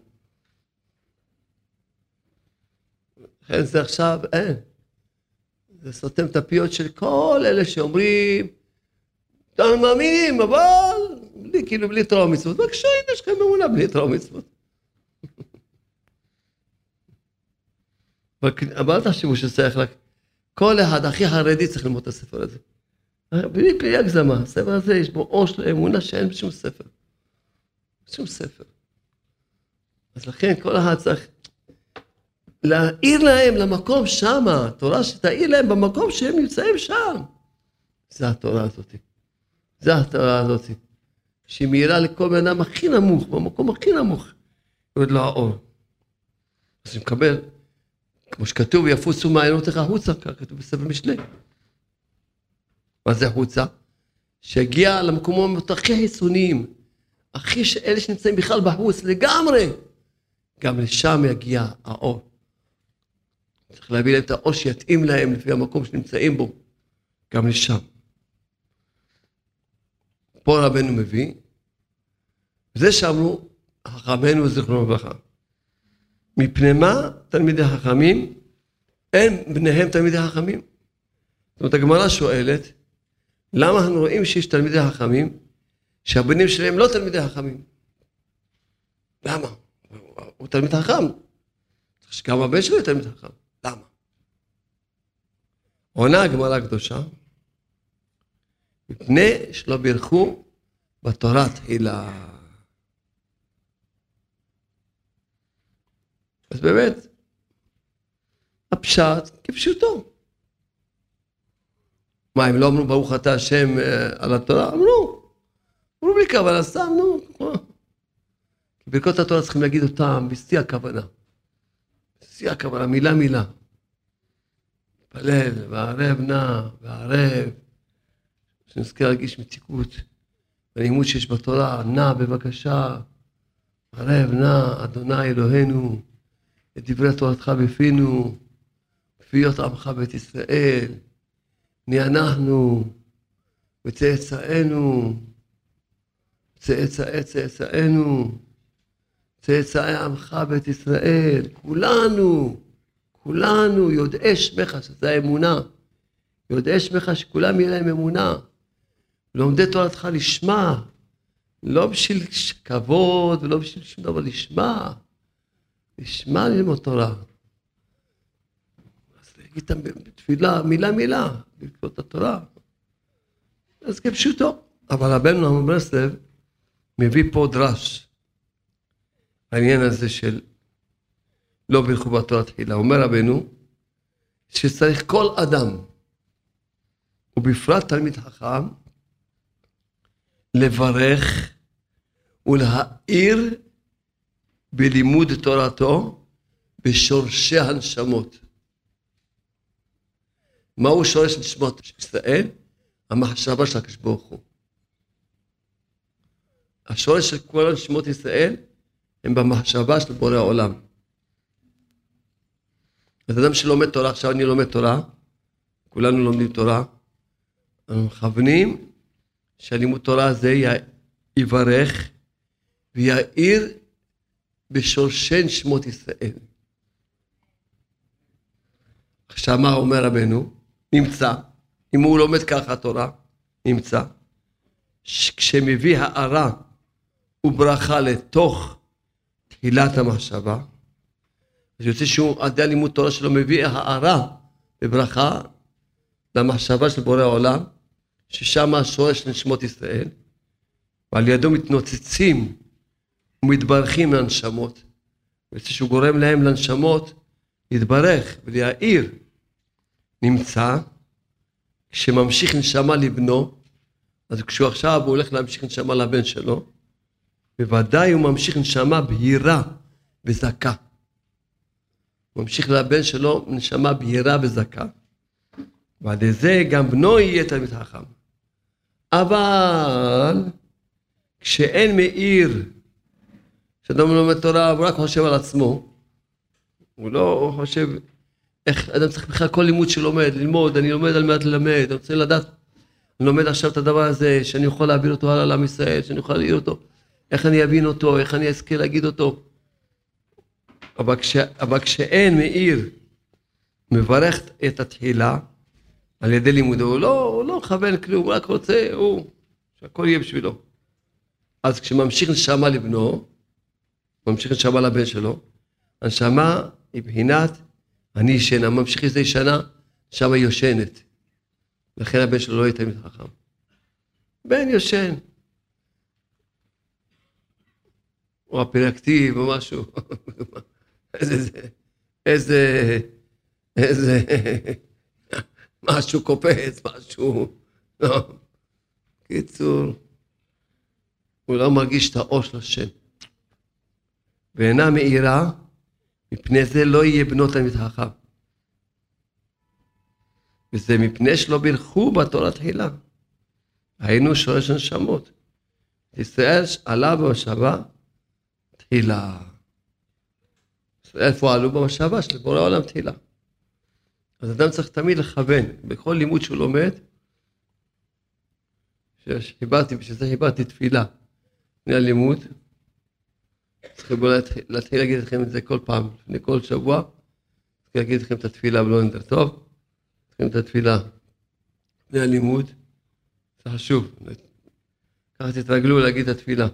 לכן זה עכשיו, אין. זה סותם את הפיות של כל אלה שאומרים, אנחנו מאמינים, אבל בלי תורה ומצוות. בבקשה, הנה יש לכם אמונה בלי תורה ומצוות. אבל אל תחשבו שצריך רק, כל אחד הכי חרדי צריך ללמוד את הספר הזה. בלי הגזמה, הספר הזה יש בו אור של אמונה שאין בשום ספר. בשום ספר. אז לכן כל אחד צריך להעיר להם למקום שם, התורה שתעיר להם במקום שהם נמצאים שם. זה התורה הזאת. זה התורה הזאת. שהיא מהירה לכל בן אדם הכי נמוך, במקום הכי נמוך. יורד לו האור. אז אני מקבל, כמו שכתוב, יפוצו מעיינותיך החוצה, כך כתוב בספר משלי. מה זה החוצה? שהגיע למקומות הכי חיצוניים, אלה שנמצאים בכלל בחוץ, לגמרי. גם לשם יגיע האור. צריך להביא להם את האור שיתאים להם לפי המקום שנמצאים בו. גם לשם. פה רבנו מביא, וזה שאמרו, חכמינו זיכרונו לברכה. מפני מה תלמידי חכמים? אין בניהם תלמידי חכמים. זאת אומרת, הגמרא שואלת, למה אנחנו רואים שיש תלמידי חכמים, שהבנים שלהם לא תלמידי חכמים? למה? הוא תלמיד חכם. שגם הבן שלו הוא תלמיד חכם. למה? עונה הגמרא הקדושה, מפני שלא בירכו בתורה תחילה. אז באמת, הפשט כפשוטו. מה, הם לא אמרו ברוך אתה השם על התורה? אמרו בלי כוונה, סתם, נו. כי ברכות התורה צריכים להגיד אותם בשיא הכוונה. בשיא הכוונה, מילה. פלל, וערב נא, וערב. שנזכה להרגיש מתיקות. והנעימות שיש בתורה, נא בבקשה. ערב נא, אדוני אלוהינו. את דברי תורתך בפינו. בפיות עמך בית ישראל. נהיה אנחנו. וצאצאינו. צאצאינו. צאצאי עמך בית ישראל, כולנו יודעי שמך, שזה האמונה. יודעי שמך שכולם יהיה להם אמונה. לומדי תורתך לשמה, לא בשביל כבוד ולא בשביל שום דבר, לשמה ללמוד תורה. אז להגיד אותם בתפילה, מילה, לקרוא את התורה. אז כפשוטו. אבל רבנו נחמן מברסלב מביא פה דרש. העניין הזה של לא ברכו בתורה תחילה. אומר רבנו שצריך כל אדם, ובפרט תלמיד חכם, לברך ולהאיר בלימוד תורתו בשורשי הנשמות. מהו שורש נשמות ישראל? המחשבה של הקדוש ברוך הוא. השורש של כל נשמות ישראל הם במחשבה של בורא העולם. אז אדם שלומד תורה, עכשיו אני לומד תורה, כולנו לומדים תורה, אנחנו מכוונים שהלימוד תורה הזה יברך ויעיר בשורשי נשמות ישראל. עכשיו מה אומר רבנו? נמצא, אם הוא לומד ככה תורה, נמצא, כשמביא הארה וברכה לתוך תחילת המחשבה, אז יוצא שהוא עדי הלימוד תורה שלו מביא הארה וברכה למחשבה של בורא העולם, ששם השורש של נשמות ישראל, ועל ידו מתנוצצים ומתברכים לנשמות, ויוצא שהוא גורם להם לנשמות להתברך ולהאיר. נמצא, כשממשיך נשמה לבנו, אז כשהוא עכשיו הוא הולך להמשיך נשמה לבן שלו, בוודאי הוא ממשיך נשמה בהירה וזכה. הוא ממשיך לבן שלו נשמה בהירה וזכה, ועל זה גם בנו יהיה תלמיד חכם. אבל כשאין מאיר, כשאדם לומד תורה, הוא רק חושב על עצמו, הוא לא חושב איך אדם צריך בכלל כל לימוד שלומד, ללמוד, אני לומד על מנת ללמד, אני רוצה לדעת, אני לומד עכשיו את הדבר הזה, שאני יכול להעביר אותו הלאה לעם ישראל, שאני יכול להעביר אותו, איך אני אבין אותו, איך אני אזכיר להגיד אותו. אבל כשאין מאיר, מברך את התחילה, על ידי לימודו, הוא לא מכוון כלום, הוא רק רוצה, שהכל יהיה בשבילו. אז כשממשיך נשמה לבנו, ממשיך נשמה לבן שלו, הנשמה היא בחינת, אני ישנה, ממשיך איזה ישנה, נשמה יושנת. לכן הבן שלו לא יהיה תלמיד חכם. בן יושן. או הפרקטיב או משהו. איזה משהו קופץ, משהו, לא. קיצור, הוא לא מרגיש את האור של השם. ואינה מאירה, מפני זה לא יהיה בנו תלמיד חכם. וזה מפני שלא ברכו בתורה תחילה. היינו שורש הנשמות. ישראל עלה במחשבה תחילה. איפה עלו במחשבה של בורא העולם תחילה. אז אדם צריך תמיד לכוון, בכל לימוד שהוא לומד, בשביל זה חיברתי תפילה, לפני הלימוד, צריכים להתחיל להגיד לכם את זה כל פעם, לפני כל שבוע, צריך להגיד לכם את התפילה ולא נדר טוב, צריכים את התפילה לפני הלימוד, זה חשוב, ככה תתרגלו להגיד את התפילה,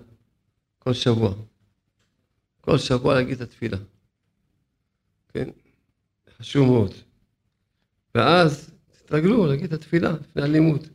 כל שבוע להגיד את התפילה, כן, חשוב מאוד. ואז תתרגלו להגיד את התפילה לפני הלימוד.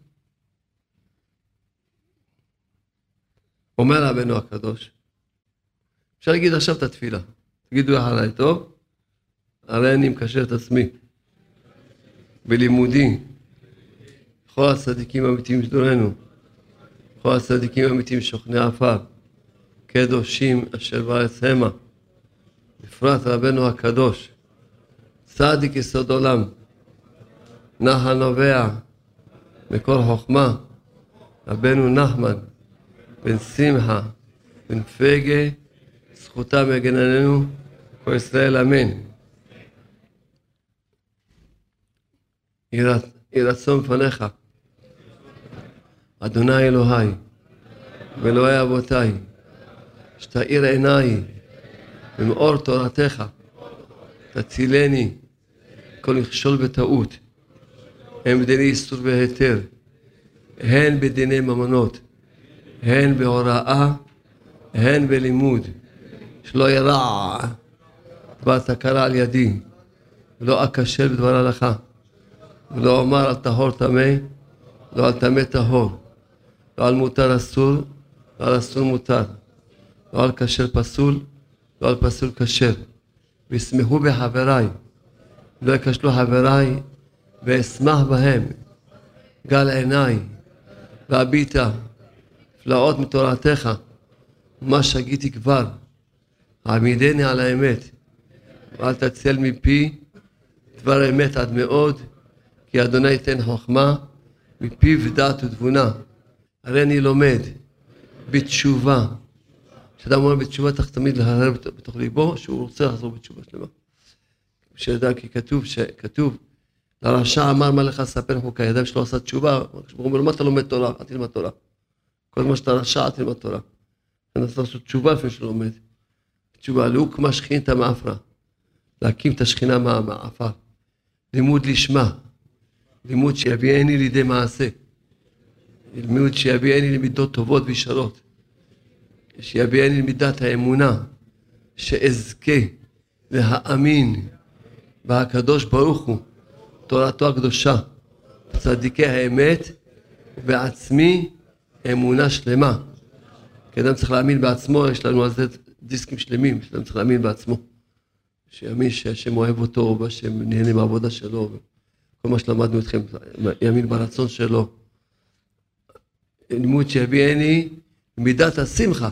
אומר רבנו הקדוש, אפשר להגיד עכשיו את התפילה. תגידו אחריי, טוב? הרי אני מקשר את עצמי בלימודי. כל הצדיקים האמיתיים שדורנו, כל הצדיקים האמיתיים שוכני עפר, קדושים אשר בארץ המה, בפרט רבנו הקדוש, צדיק יסוד עולם, נחל נובע, מקור חוכמה, רבנו נחמן, בן שמחה, בן פגה, זכותם יגן עלינו, כל ישראל אמן. יהי רצון לפניך, אדוני אלוהי, ואלוהי אבותיי, שתאיר עיניי, ומאור תורתך תצילני כל מכשול וטעות, הן בדיני איסור והיתר, הן בדיני ממונות, הן בהוראה, הן בלימוד, שלא ירע דבר תקרה על ידי, ולא אכשל בדבר הלכה, ולא אומר על טהור טמא, לא על טמא טהור, לא על מותר אסור, לא על אסור מותר, לא על כשר פסול, לא על פסול כשר. וישמחו בחבריי, לא יקשלו חבריי, ואשמח בהם, גל עיניי, והביטה, פלאות מתורתך, מה שגיתי כבר, העמידני על האמת, ואל תציל מפי דבר אמת עד מאוד, כי אדוני ייתן חוכמה, מפיו דעת ותבונה. הרי אני לומד בתשובה, כשאדם אומר בתשובה צריך תמיד להרהר בתוך ליבו, שהוא רוצה לחזור בתשובה שלמה. שידע, כי כתוב, לרשע אמר מה לך לספר חוקי, הידיים שלו עשה תשובה, הוא אומר, מה אתה לומד תורה? אל תלמד תורה. כל מה שאתה רשע, אל תלמד תורה. אני רוצה לעשות תשובה לפני שלומד. תשובה, להוקמה שכינתא מעפרא, להקים את השכינה מהעפר. לימוד לשמה, לימוד שיביאני לידי מעשה, לימוד שיביאני למידות טובות וישרות, שיביאני למידת האמונה, שאזכה להאמין בהקדוש ברוך הוא, תורתו הקדושה, צדיקי האמת, ובעצמי אמונה שלמה. כי אדם צריך להאמין בעצמו, יש לנו על זה דיסקים שלמים, שאדם צריך להאמין בעצמו. שיאמין שהשם אוהב אותו, והשם נהנה מהעבודה שלו, כל מה שלמדנו אתכם, יאמין ברצון שלו. לימוד שיביאני מידת השמחה,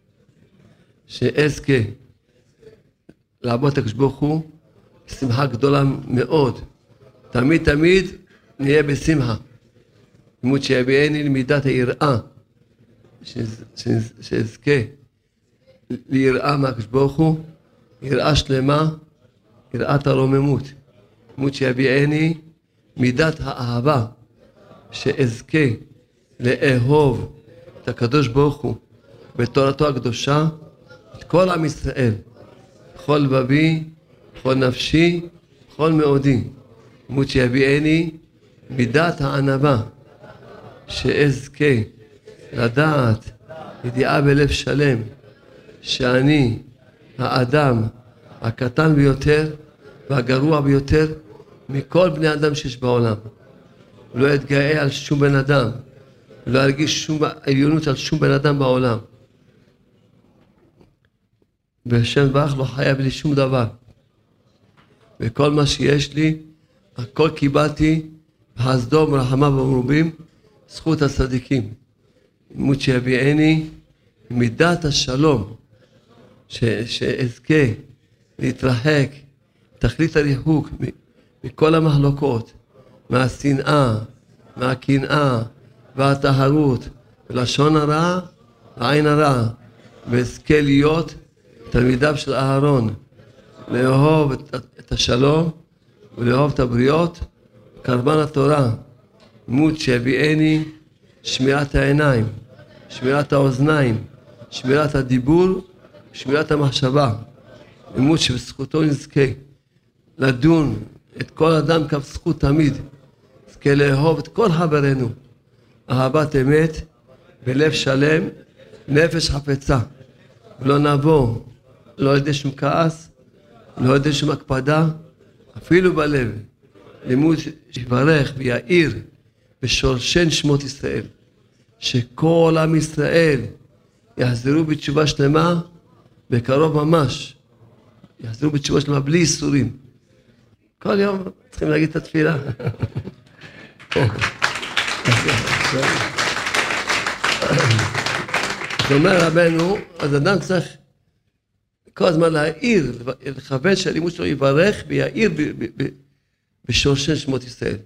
שאזכה לעבוד את הקדוש ברוך הוא, שמחה גדולה מאוד. תמיד נהיה בשמחה. לימוד שיביאני למידת היראה, שאזכה ליראה מהקדוש ברוך הוא, יראה שלמה, יראת הרוממות. לימוד שיביאני מידת האהבה, שאזכה לאהוב את הקדוש ברוך הוא בתורתו הקדושה, את כל עם ישראל, בכל לבבי, בכל נפשי, בכל מאודי. לימוד שיביאני מידת הענווה, שאזכה לדעת ידיעה בלב שלם, שאני האדם הקטן ביותר והגרוע ביותר מכל בני אדם שיש בעולם. לא אתגאה על שום בן אדם, לא ארגיש שום עליונות על שום בן אדם בעולם. והשם ברך לא חייב לי שום דבר. וכל מה שיש לי, הכל קיבלתי בחסדו ורחמיו המרובים, זכות הצדיקים. לימוד שיביאני מידת השלום, שאזכה להתרחק, תכלית הריחוק מכל המחלוקות, מהשנאה, מהקנאה, והטהרות, ולשון הרע, ועין הרע, ואזכה להיות תלמידיו של אהרון, לאהוב את השלום, ולאהוב את הבריות, קרבן התורה. לימוד שיביאני שמירת העיניים, שמירת האוזניים, שמירת הדיבור, שמירת המחשבה. לימוד שבזכותו נזכה לדון את כל אדם כף זכות תמיד, נזכה לאהוב את כל חברינו, אהבת אמת, בלב שלם, נפש חפצה, ולא נבוא, לא על ידי שום כעס, לא על ידי שום הקפדה, אפילו בלב. לימוד שיברך ויעיר בשורשן שמות ישראל, שכל עם ישראל יחזרו בתשובה שלמה, בקרוב ממש, יחזרו בתשובה שלמה בלי איסורים. כל יום צריכים להגיד את התפילה. זאת אומרת רבנו, אז אדם צריך כל הזמן להעיר, לכוון שהלימוד שלו יברך ויעיר בשורשי שמות ישראל.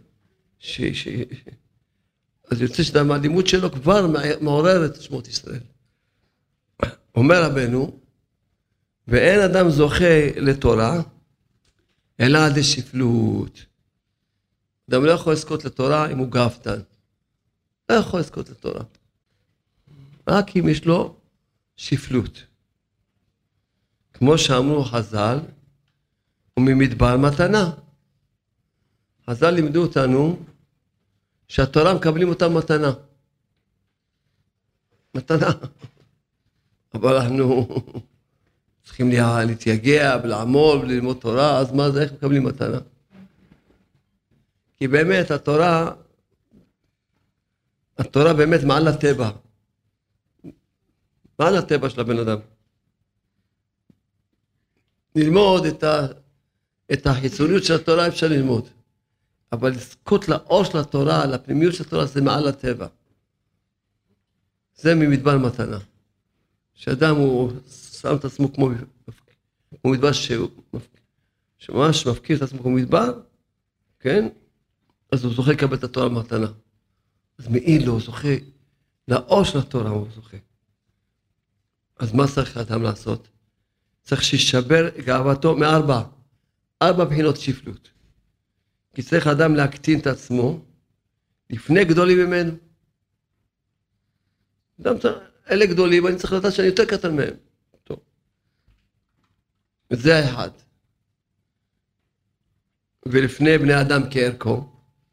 אז יוצא שהלימוד שלו כבר מעורר את שמות ישראל. אומר רבנו, ואין אדם זוכה לתורה, אלא עד שפלות. אדם לא יכול לזכות לתורה אם הוא גאוותן. לא יכול לזכות לתורה. רק אם יש לו שפלות. כמו שאמרו חז"ל, וממדבר מתנה. חז"ל לימדו אותנו שהתורה מקבלים אותה מתנה. מתנה. אבל אנחנו צריכים להתייגע ולעמול וללמוד תורה, אז מה זה, איך מקבלים מתנה? כי באמת התורה באמת מעל הטבע. מעל הטבע של הבן אדם. ללמוד את החיצוניות של התורה אפשר ללמוד. אבל לזכות לאור של התורה, לפנימיות של התורה, זה מעל הטבע. זה ממדבר מתנה. שאדם הוא שם את עצמו כמו מדבר שממש מפקיר את עצמו כמו מדבר, כן? אז הוא זוכה לקבל את התורה במתנה. אז מעיל לו, הוא זוכה, לאור של התורה הוא זוכה. אז מה צריך האדם לעשות? צריך שישבר גאוותו ארבע בחינות שפלות. כי צריך האדם להקטין את עצמו לפני גדולים ממנו. אלה גדולים, אני צריך לדעת שאני יותר קטן מהם. טוב. וזה האחד. ולפני בני אדם כערכו,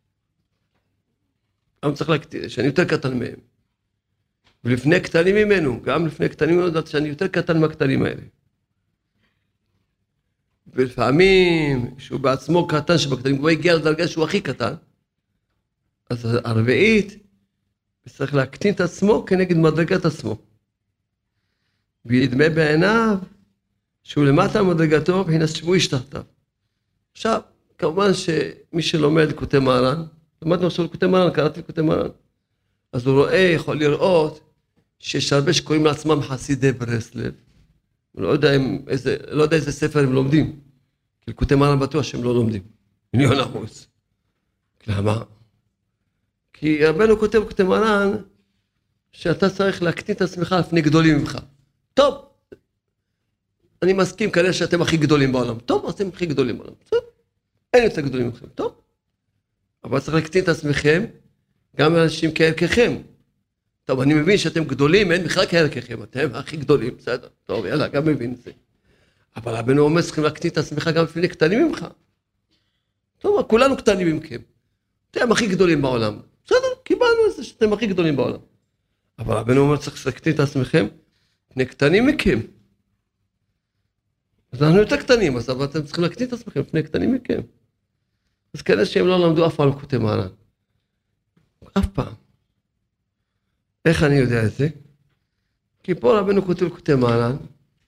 אני צריך להקטין, שאני יותר קטן מהם. ולפני קטנים ממנו, גם לפני קטנים ממנו, לדעת שאני יותר קטן מהקטנים האלה. ולפעמים, שהוא בעצמו קטן שבקטנים, הוא הגיע לדרגה שהוא הכי קטן, אז הרביעית, צריך להקטין את עצמו כנגד מדרגת עצמו. וידמה בעיניו שהוא למטה מדרגתו מבחינת שבוי שתחתיו. עכשיו, כמובן שמי שלומד קוטי מרן, למדנו עכשיו לקוטי מרן, קראתי לקוטי מרן, אז הוא רואה, יכול לראות, שיש הרבה שקוראים לעצמם חסידי ברסלב. הוא לא יודע איזה ספר הם לומדים. כי לקוטי מרן בטוח שהם לא לומדים. מיליון אחוז. למה? כי רבנו כותב בקוטי מרן, שאתה צריך להקטין את עצמך לפני גדולים ממך. טוב, אני מסכים כאלה שאתם הכי גדולים בעולם. טוב, אתם הכי גדולים בעולם. טוב, אין יותר גדולים מכם. טוב. אבל צריך להקטין את עצמכם, גם אנשים כערככם. טוב, אני מבין שאתם גדולים, אין בכלל כערככם. אתם הכי גדולים, בסדר. טוב, יאללה, גם מבין את זה. אבל רבנו אומר, צריכים להקטין את עצמך גם לפני קטנים ממך. טוב, כולנו קטנים ממכם. אתם הכי גדולים בעולם. בסדר, קיבלנו את זה שאתם הכי גדולים בעולם. אבל רבנו אומר, צריך להקטין את עצמכם לפני קטנים מכם. אז אנחנו יותר קטנים, אז אבל אתם צריכים להקטין את עצמכם לפני קטנים מכם. אז כאלה שהם לא למדו אף פעם לקוטי מרן. אף פעם. איך אני יודע את זה? כי פה רבנו כותב לקוטי מרן,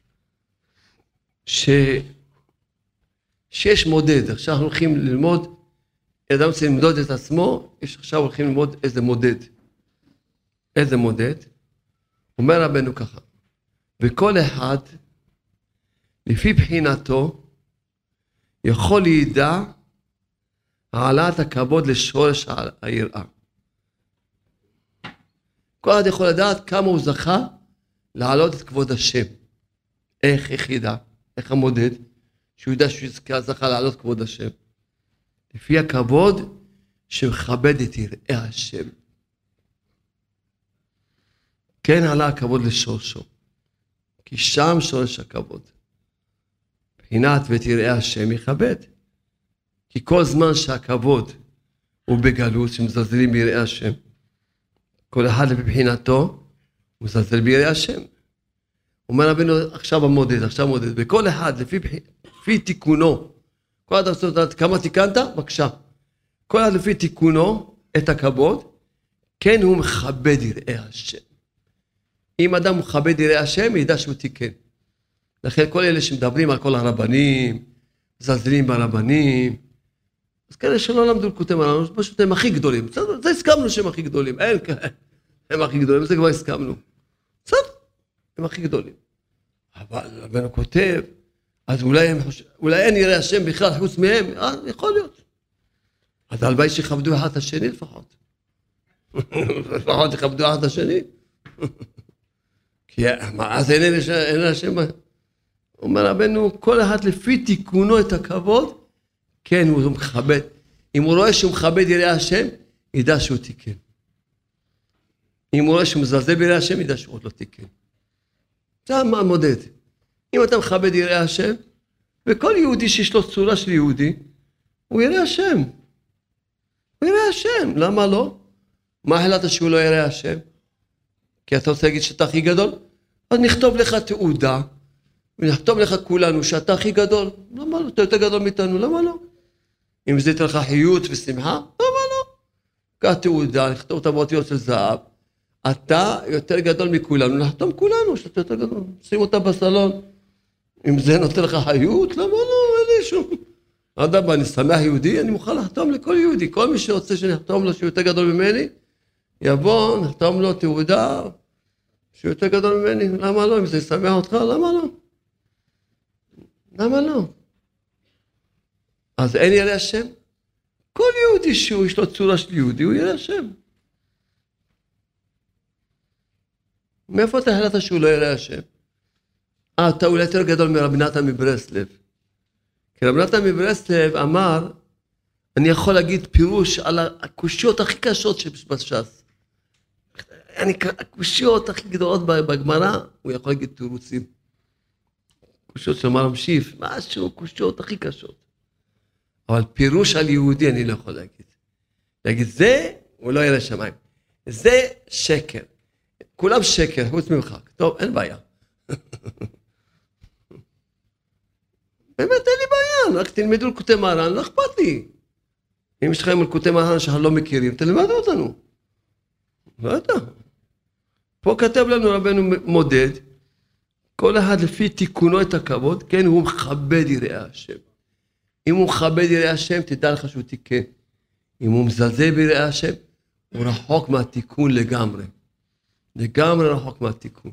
שיש מודד. עכשיו אנחנו הולכים ללמוד, אדם צריך למדוד את עצמו, עכשיו הולכים ללמוד איזה מודד. איזה מודד? אומר רבנו ככה, וכל אחד, לפי בחינתו, יכול לידע העלאת הכבוד לשורש היראה. כל אחד יכול לדעת כמה הוא זכה להעלות את כבוד השם. איך ידע? איך המודד? שהוא ידע שהוא זכה להעלות כבוד השם. לפי הכבוד שמכבד את יראי השם. כן עלה הכבוד לשורשו. כי שם שורש הכבוד. בחינת ואת יראי השם יכבד. כי כל זמן שהכבוד הוא בגלות, שמזלזלים ביראי השם, כל אחד לבחינתו, הוא מזלזל ביראי השם. אומר רבנו, עכשיו המודד, עכשיו מודד, וכל אחד לפי תיקונו, כל אחד רוצה לדעת כמה תיקנת? בבקשה. כל אחד לפי תיקונו את הכבוד, כן הוא מכבד יראי השם. אם אדם מכבד יראי השם, ידע שהוא תיקן. לכן כל אלה שמדברים על כל הרבנים, מזלזלים ברבנים, אז כאלה שלא למדו לקוטי מרן, פשוט הם הכי גדולים. זה הסכמנו שהם הכי גדולים. אין כאלה. הם הכי גדולים, זה כבר הסכמנו. בסדר, הם הכי גדולים. אבל רבנו כותב, אז אולי אין יראי השם בכלל חוץ מהם, יכול להיות. אז הלוואי שיכבדו אחד את השני לפחות. לפחות יכבדו אחד את השני. כי אז אין השם. אומר רבנו, כל אחד לפי תיקונו את הכבוד, כן, הוא מכבד. אם הוא רואה שהוא מכבד יראי השם, ידע שהוא תיקן. אם הוא רואה שהוא מזלזל ביראי השם, ידע שהוא עוד לא תיקן. זה מה מודד. אם אתה מכבד יראה השם, וכל יהודי שיש לו צורה של יהודי, הוא יראה השם. הוא יראה השם, למה לא? מה החלטת שהוא לא יראה השם? כי אתה רוצה להגיד שאתה הכי גדול? אז נכתוב לך תעודה, ונכתוב לך כולנו שאתה הכי גדול. למה לא? אתה יותר גדול מאיתנו, למה לא? אם זה ייתן לך חיות ושמחה, למה לא? קח תעודה, נכתוב את באותיות של זהב, אתה יותר גדול מכולנו, נחתום כולנו שאתה יותר גדול. שים אותה בסלון. אם זה נותן לך חיות, למה לא? אין לי שום. אדם, אני שמח יהודי, אני מוכן לחתום לכל יהודי. כל מי שרוצה שנחתום לו שהוא יותר גדול ממני, יבוא, נחתום לו תעודה שהוא יותר גדול ממני. למה לא? אם זה ישמח אותך, למה לא? למה לא? אז אין ירא השם? כל יהודי שהוא יש לו צורה של יהודי, הוא ירא השם. מאיפה אתה החלטת שהוא לא ירא השם? אתה אולי יותר גדול מרבי נתן מברסלב. כי רבי נתן מברסלב אמר, אני יכול להגיד פירוש על הקושיות הכי קשות שבש"ס. הקושיות הכי גדולות בגמרא, הוא יכול להגיד תירוצים. קושיות של מרם שיף, משהו, קושיות הכי קשות. אבל פירוש על יהודי אני לא יכול להגיד. להגיד, זה, הוא לא ירא שמיים. זה שקר. כולם שקר, חוץ ממך. טוב, אין בעיה. באמת אין לי בעיה, רק תלמדו לקוטי מרן, לא אכפת לי. אם יש לכם לקוטי מרן שאנחנו לא מכירים, תלמדו אותנו. לא יודע. פה כתב לנו רבנו מודד, כל אחד לפי תיקונו את הכבוד, כן, הוא מכבד יראה השם. אם הוא מכבד יראה השם, תדע לך שהוא תיקן. אם הוא מזלזל ביראה השם, הוא רחוק מהתיקון לגמרי. לגמרי רחוק מהתיקון.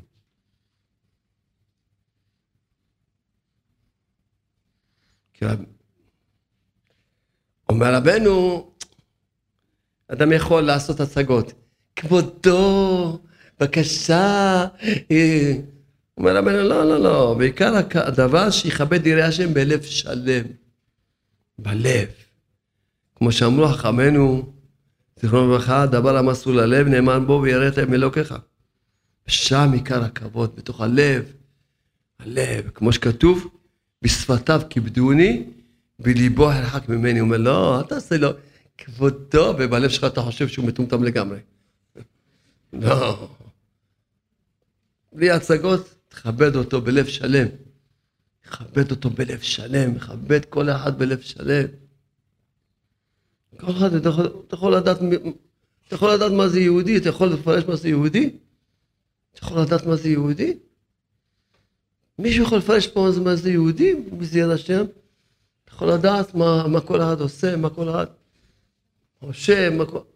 אומר רבנו, אדם יכול לעשות הצגות. כבודו, בבקשה. אומר רבנו, לא. בעיקר הדבר שיכבד יראה השם בלב שלם. בלב. כמו שאמרו חכמינו, זכרונו לברכה, דבר המסור ללב, נאמר בו ויראת עם אלוקיך. שם עיקר הכבוד, בתוך הלב. הלב, כמו שכתוב, בשפתיו כיבדוני, בליבו הרחק ממני. הוא אומר, לא, אל תעשה לו כבודו, ובלב שלך אתה חושב שהוא מטומטם לגמרי. לא. בלי הצגות, תכבד אותו בלב שלם. תכבד אותו בלב שלם, תכבד כל אחד בלב שלם. כל אחד, אתה יכול לדעת מה זה יהודי, אתה יכול לפרש מה זה יהודי? אתה יכול לדעת מה זה יהודי? מישהו יכול לפרש פה מה זה יהודי, וזה ירא השם. אתה יכול לדעת מה כל אחד עושה, מה כל אחד חושב, מה כל...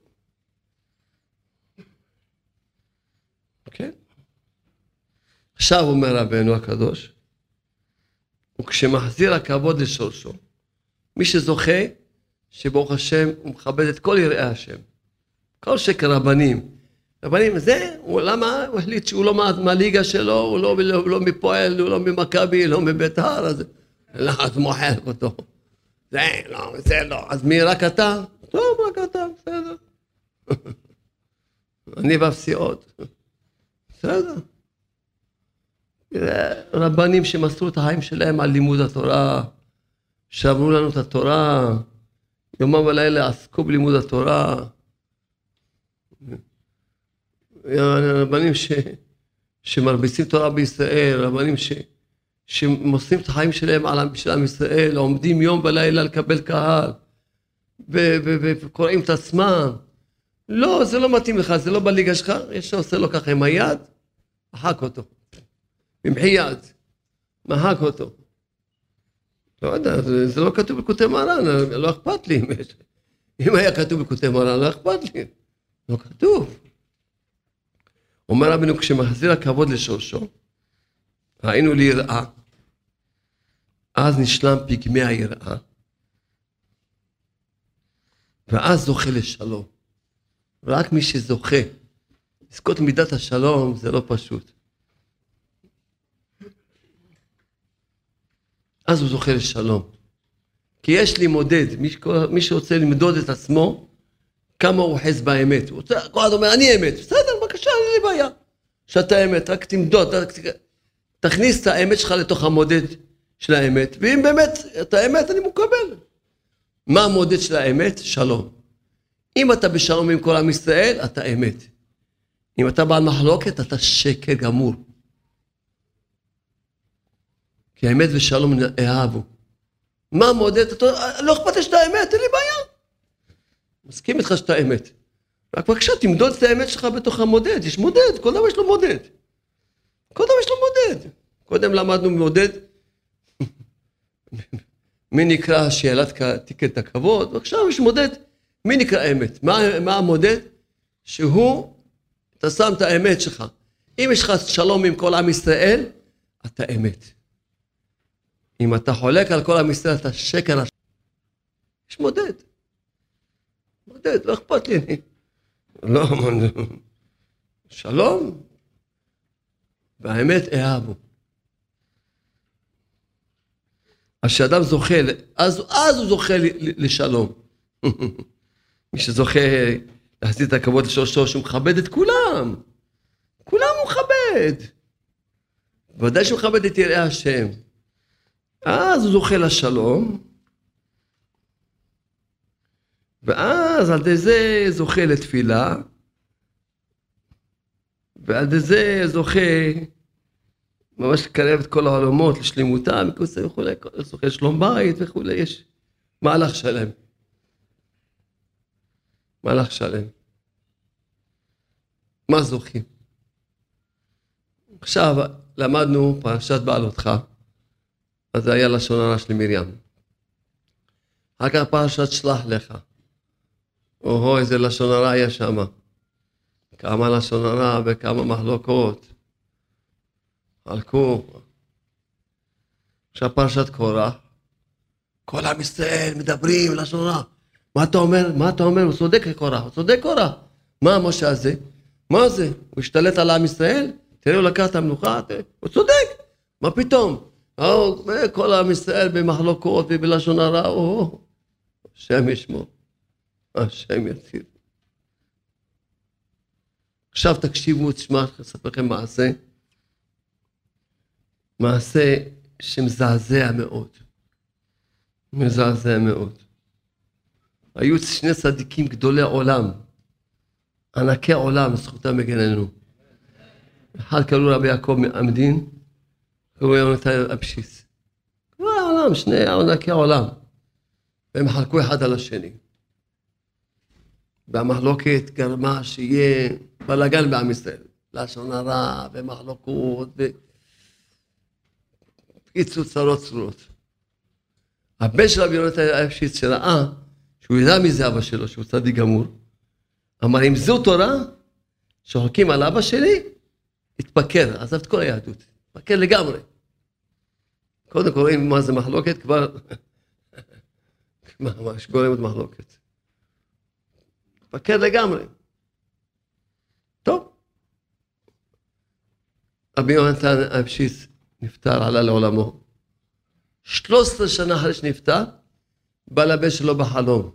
כן? עכשיו אומר רבנו הקדוש, וכשמחזיר הכבוד לשורשו, מי שזוכה, שברוך השם הוא מכבד את כל יראי השם. כל שקר רבנים. רבנים, זה, למה? הוא החליט שהוא לא מהליגה שלו, הוא לא מפועל, הוא לא ממכבי, לא מביתר, אז מוחק אותו. זה לא. אז מי רק אתה? טוב, רק אתה, בסדר. אני בפסיעות. בסדר. רבנים שמסרו את החיים שלהם על לימוד התורה, שאמרו לנו את התורה, יומם ולילה עסקו בלימוד התורה. רבנים שמרביצים תורה בישראל, רבנים שמוסרים את החיים שלהם בשביל עם ישראל, עומדים יום ולילה לקבל קהל, וקוראים את עצמם. לא, זה לא מתאים לך, זה לא בליגה שלך, יש שעושה לו ככה עם היד, מחק אותו. במחי יד, מחק אותו. לא יודע, זה לא כתוב בקוטי מרן, לא אכפת לי. אם היה כתוב בקוטי מרן, לא אכפת לי. לא כתוב. אומר רבנו, כשמחזיר הכבוד לשורשו, ראינו ליראה, אז נשלם פגמי היראה, ואז זוכה לשלום. רק מי שזוכה, לזכות מידת השלום, זה לא פשוט. אז הוא זוכה לשלום. כי יש לי מודד, מי שרוצה למדוד את עצמו, כמה הוא חס באמת. כל אחד אומר, אני אמת. בסדר, בבקשה, אין לי בעיה. שאתה אמת, רק תמדוד, תכניס את האמת שלך לתוך המודד של האמת, ואם באמת את האמת אני מקבל. מה המודד של האמת? שלום. אם אתה בשלום עם כל עם ישראל, אתה אמת. אם אתה בעל מחלוקת, אתה שקר גמור. כי האמת ושלום אהבו. מה המודד? לא אכפת לי שאתה האמת, אין לי בעיה. מסכים איתך שאתה האמת. רק בבקשה, תמדוד את האמת שלך בתוך המודד. יש מודד, כל דבר יש לו מודד. כל דבר יש לו מודד. קודם למדנו מודד. מי נקרא שאלת תיקת הכבוד? ועכשיו יש מודד. מי נקרא אמת? מה המודד? שהוא, אתה שם את האמת שלך. אם יש לך שלום עם כל עם ישראל, אתה אמת. אם אתה חולק על כל עם ישראל, אתה שקר. יש מודד. מודד, לא אכפת לי. לא, שלום. והאמת אהבו. אז כשאדם זוכה, אז הוא זוכה לשלום. מי שזוכה להחזיר את הכבוד לשורשו, שהוא מכבד את כולם. כולם הוא מכבד. ודאי שהוא מכבד את יראי השם. אז הוא זוכה לשלום. ואז על ידי זה זוכה לתפילה. ועל ידי זה זוכה ממש לקרב את כל העולמות לשלימותם, וכולי, זוכה שלום בית וכולי, יש מהלך שלם. מהלך שלם. מה זוכים? עכשיו למדנו פרשת בעלותך, אז זה היה לשון הרע של מרים. אחר כך פרשת שלח לך. איזה לשון הרע היה שם. כמה לשון הרע וכמה מחלוקות. חלקו. עכשיו פרשת קורח. כל עם ישראל מדברים לשון הרע. מה אתה אומר? מה אתה אומר? הוא צודק קורח. הוא צודק קורח. מה המשה הזה? מה זה? הוא השתלט על עם ישראל? תראה, הוא לקח את המלוכה. הוא צודק. מה פתאום? כל עם ישראל במחלוקות ובלשון הרע. השם ישמור. השם יציל. עכשיו תקשיבו, תשמע, אני אספר לכם מעשה. מעשה שמזעזע מאוד. מזעזע מאוד. היו שני צדיקים גדולי עולם. ענקי עולם, זכותם מגננו. אחד קראו רבי יעקב מעמדין, קראו יונתן אבשיץ. כל העולם, שני ענקי עולם. והם חלקו אחד על השני. והמחלוקת גרמה שיהיה בלגן בעם ישראל. לשון הרע ומחלוקות וקיצור צרות צרורות. הבן של רבי יונתן אבשיץ שראה, שהוא ידע מי זה אבא שלו, שהוא צדיק גמור, אמר, אם זו תורה שחולקים על אבא שלי, התפקר, עזב את כל היהדות. התפקר לגמרי. קודם כל רואים מה זה מחלוקת, כבר ממש גורמת מחלוקת. התפקר לגמרי. טוב. רבי יונתן אבשיץ נפטר, עלה לעולמו. 13 שנה אחרי שנפטר, בא לבן שלו בחלום.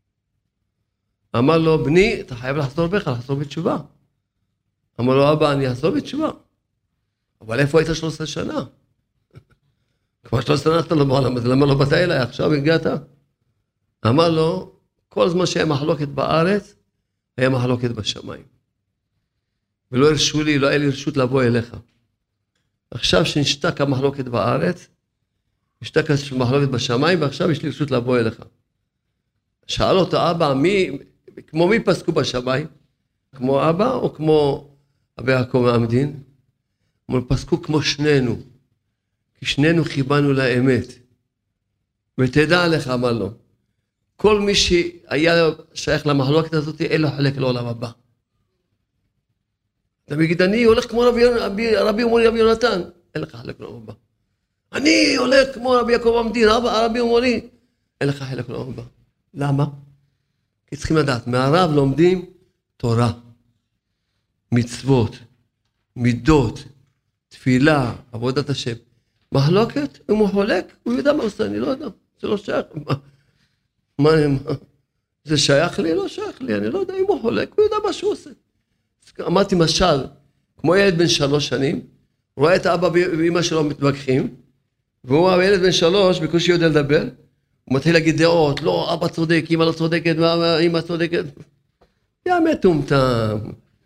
אמר לו, בני, אתה חייב לחזור בך, לחזור בתשובה. אמר לו, אבא, אני אחזור בתשובה. אבל איפה היית 13 שנה? כבר 13 שנה אתה לא בעולם הזה, למה לא באת אליי? עכשיו הגעת? אמר לו, כל זמן שהיה מחלוקת בארץ, היה מחלוקת בשמיים. ולא הרשו לי, לא היה לי רשות לבוא אליך. עכשיו שנשתק המחלוקת בארץ, נשתק המחלוקת בשמיים, ועכשיו יש לי רשות לבוא אליך. שאל אותו, אבא, כמו מי פסקו בשמיים? כמו אבא או כמו רבי יעקב מעמדין? הם פסקו כמו שנינו, כי שנינו חיבנו לאמת. ותדע לך, אמר לו, כל מי שהיה שייך למחלוקת הזאת, אין לו חלק לעולם הבא. אתה מגיד, אני הולך כמו רבי רבי יונתן, אין לך חלק לעולם הבא. אני הולך כמו רבי יעקב מעמדין, רבי אומרי, אין לך חלק לעולם הבא. למה? כי צריכים לדעת, מהרב לומדים תורה, מצוות, מידות, תפילה, עבודת השם. מחלוקת, אם הוא חולק, הוא יודע מה עושה, אני לא יודע, זה לא שייך. מה, זה שייך לי? לא שייך לי, אני לא יודע, אם הוא חולק, הוא יודע מה שהוא עושה. אמרתי משל, כמו ילד בן 3 שנים, הוא רואה את האבא ואמא שלו מתווכחים, והוא הילד בן 3, בקושי יודע לדבר, הוא מתחיל להגיד דעות, לא, אבא צודק, אמא לא צודקת, אמא צודקת. יא מטומטם.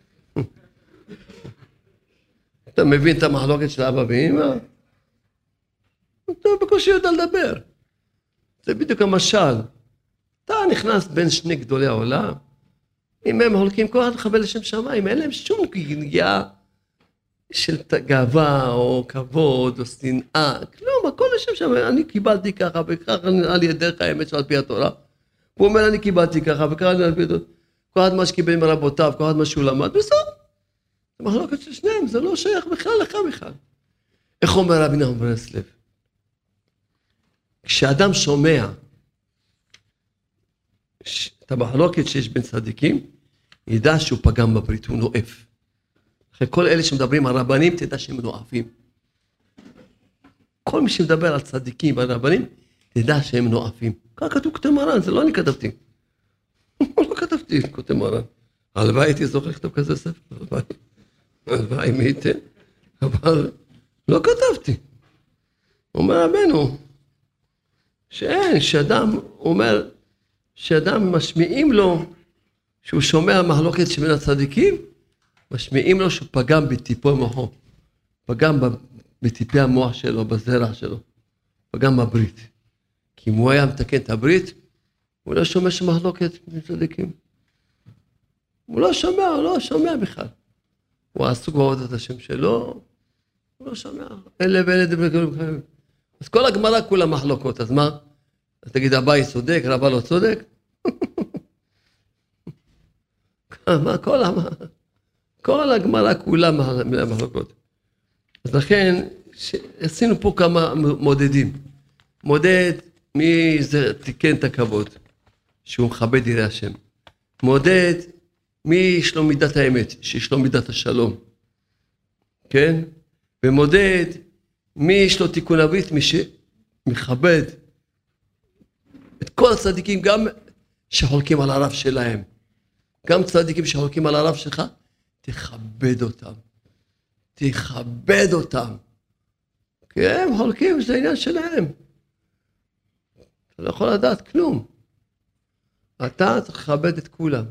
אתה מבין את המחלוקת של אבא ואמא? אתה בקושי יודע לדבר. זה בדיוק המשל. אתה נכנס בין שני גדולי העולם, אם הם הולכים כל אחד מכוון לשם שמיים, אין להם שום נגיעה של גאווה או כבוד או שנאה, כלום, הכל לשם שמיים. אני קיבלתי ככה וככה נראה לי דרך האמת שעל פי התורה. הוא אומר אני קיבלתי ככה וככה נראה לי על פי התורה. כל אחד מה שקיבל מרבותיו, כל אחד מה שהוא למד, בסדר. זה מחלוקת של שניהם, זה לא שייך בכלל לך בכלל. איך אומר רבי נחמן מברסלב? כשאדם שומע את המחלוקת שיש בין צדיקים, ידע שהוא פגם בברית, הוא נואף. אחרי כל אלה שמדברים על רבנים, תדע שהם נואפים. כל מי שמדבר על צדיקים ועל רבנים, תדע שהם נואפים. כך כתוב כותב מרן, זה לא אני כתבתי. לא כתבתי כותב מרן. הלוואי הייתי זוכר לכתוב כזה ספר, הלוואי מי ייתן, אבל לא כתבתי. אומר רבנו, שאין, שאדם אומר, שאדם משמיעים לו, שהוא שומע מחלוקת שבין הצדיקים, משמיעים לו שהוא פגם בטיפי מוחו, פגם בטיפי המוח שלו, בזרע שלו, פגם בברית. כי אם הוא היה מתקן את הברית, הוא לא שומע שמחלוקת בין צדיקים. הוא לא שומע בכלל. הוא עסוק בעבודת השם שלו, הוא לא שומע. אלה ואלה דברי גדולים. אז כל הגמרא כולה מחלוקות, אז מה? אז תגיד, אביי צודק, רבא לא צודק? כל הגמרא כולה מחלוקות. אז לכן, עשינו פה כמה מודדים. מודד מי זה תיקן את הכבוד, שהוא מכבד ירא השם. מודד מי יש לו מידת האמת, שיש לו מידת השלום. כן? ומודד מי יש לו תיקון הברית, מי שמכבד את כל הצדיקים, גם שחולקים על הרב שלהם. גם צדיקים שחולקים על הרב שלך, תכבד אותם. תכבד אותם. כי הם חולקים, זה עניין שלהם. אתה לא יכול לדעת כלום. אתה צריך לכבד את כולם.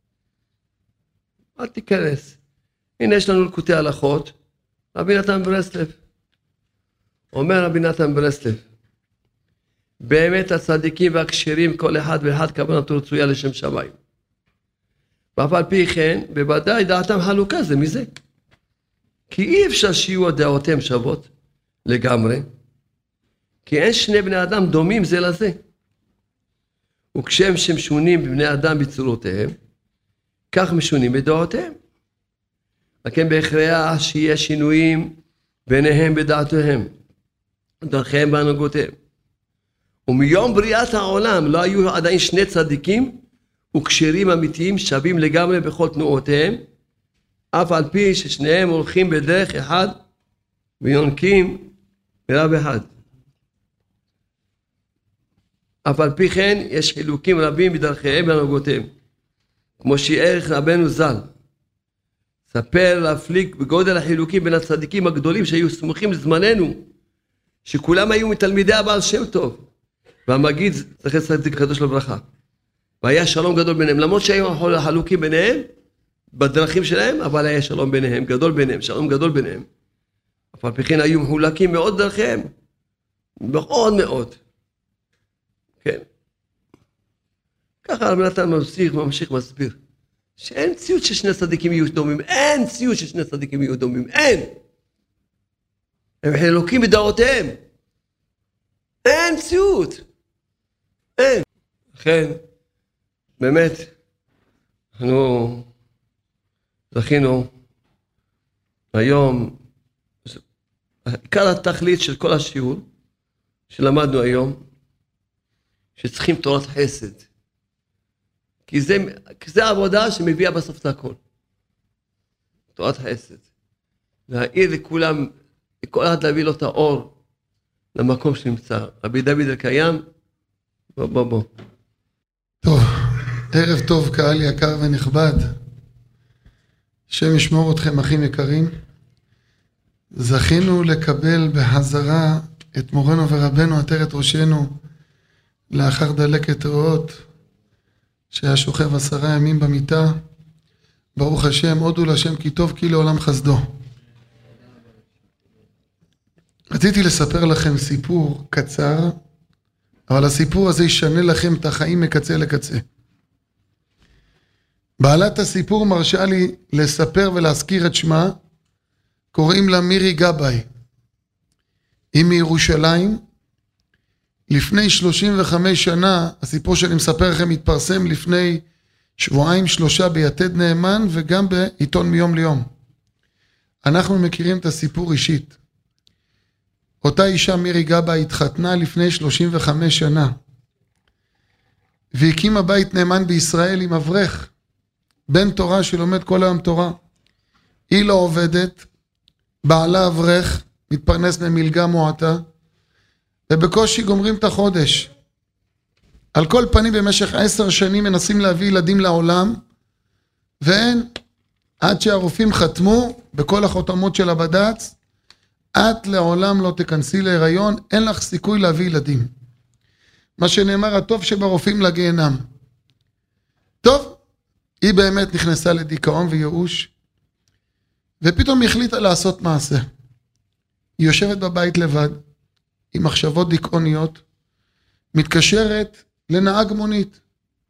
אל תיכנס. הנה יש לנו לקוטי הלכות. רבי נתן מברסלב. אומר רבי נתן מברסלב. באמת הצדיקים והכשרים כל אחד ואחד כוונתו רצויה לשם שמיים. ואף על פי כן, בוודאי דעתם חלוקה זה מזה. כי אי אפשר שיהיו הדעותיהם שוות לגמרי. כי אין שני בני אדם דומים זה לזה. וכשהם שמשונים בבני אדם בצורותיהם, כך משונים בדעותיהם. לכן בהכרח שיהיה שינויים ביניהם בדעתיהם, דרכיהם והנהגותיהם. ומיום בריאת העולם לא היו עדיין שני צדיקים וכשרים אמיתיים שווים לגמרי בכל תנועותיהם, אף על פי ששניהם הולכים בדרך אחד ויונקים ברב אחד. אף על פי כן יש חילוקים רבים בדרכיהם והנהגותיהם, כמו שערך רבנו ז"ל ספר להפליג בגודל החילוקים בין הצדיקים הגדולים שהיו סמוכים לזמננו, שכולם היו מתלמידי הבעל שם טוב והמגיד זכר צדיק קדוש לברכה, והיה שלום גדול ביניהם, למרות שהיו חלוקים ביניהם בדרכים שלהם, אבל היה שלום ביניהם, גדול ביניהם, שלום גדול ביניהם. אף על פי כן היו מחולקים מאוד דרכיהם, מאוד מאוד. כן. ככה רבי נתן ממשיך מסביר, שאין ציוד ששני צדיקים יהיו דומים, אין ציוד ששני צדיקים יהיו דומים, אין. הם חלוקים בדעותיהם. אין ציוד. אין. לכן, באמת, אנחנו זכינו היום, עיקר התכלית של כל השיעור שלמדנו היום, שצריכים תורת חסד. כי זה עבודה שמביאה בסוף את הכל. תורת חסד. להאיר לכולם, לכל אחד להביא לו את האור למקום שנמצא. רבי דוד אלקיים, בוא. טוב, ערב טוב קהל יקר ונכבד. השם ישמור אתכם אחים יקרים. זכינו לקבל בחזרה את מורנו ורבנו עטרת ראשנו לאחר דלקת ריאות שהיה שוכב 10 ימים במיטה. ברוך השם, הודו להשם כי טוב כי לעולם חסדו. רציתי לספר לכם סיפור קצר, אבל הסיפור הזה ישנה לכם את החיים מקצה לקצה. בעלת הסיפור מרשה לי לספר ולהזכיר את שמה, קוראים לה מירי גבאי. היא מירושלים. לפני 35 שנה, הסיפור שאני מספר לכם התפרסם לפני 2-3 ביתד נאמן וגם בעיתון מיום ליום. אנחנו מכירים את הסיפור אישית. אותה אישה מירי גבאי התחתנה לפני 35 שנה. והקימה בית נאמן בישראל עם אברך. בן תורה שלומד כל היום תורה. היא לא עובדת, בעלה אברך, מתפרנס ממלגה מועטה, ובקושי גומרים את החודש. על כל פנים במשך 10 שנים מנסים להביא ילדים לעולם, ואין, עד שהרופאים חתמו בכל החותמות של הבד"ץ, את לעולם לא תכנסי להיריון, אין לך סיכוי להביא ילדים. מה שנאמר, הטוב שברופאים לגיהנם. טוב, היא באמת נכנסה לדיכאון וייאוש, ופתאום היא החליטה לעשות מעשה. היא יושבת בבית לבד, עם מחשבות דיכאוניות, מתקשרת לנהג מונית.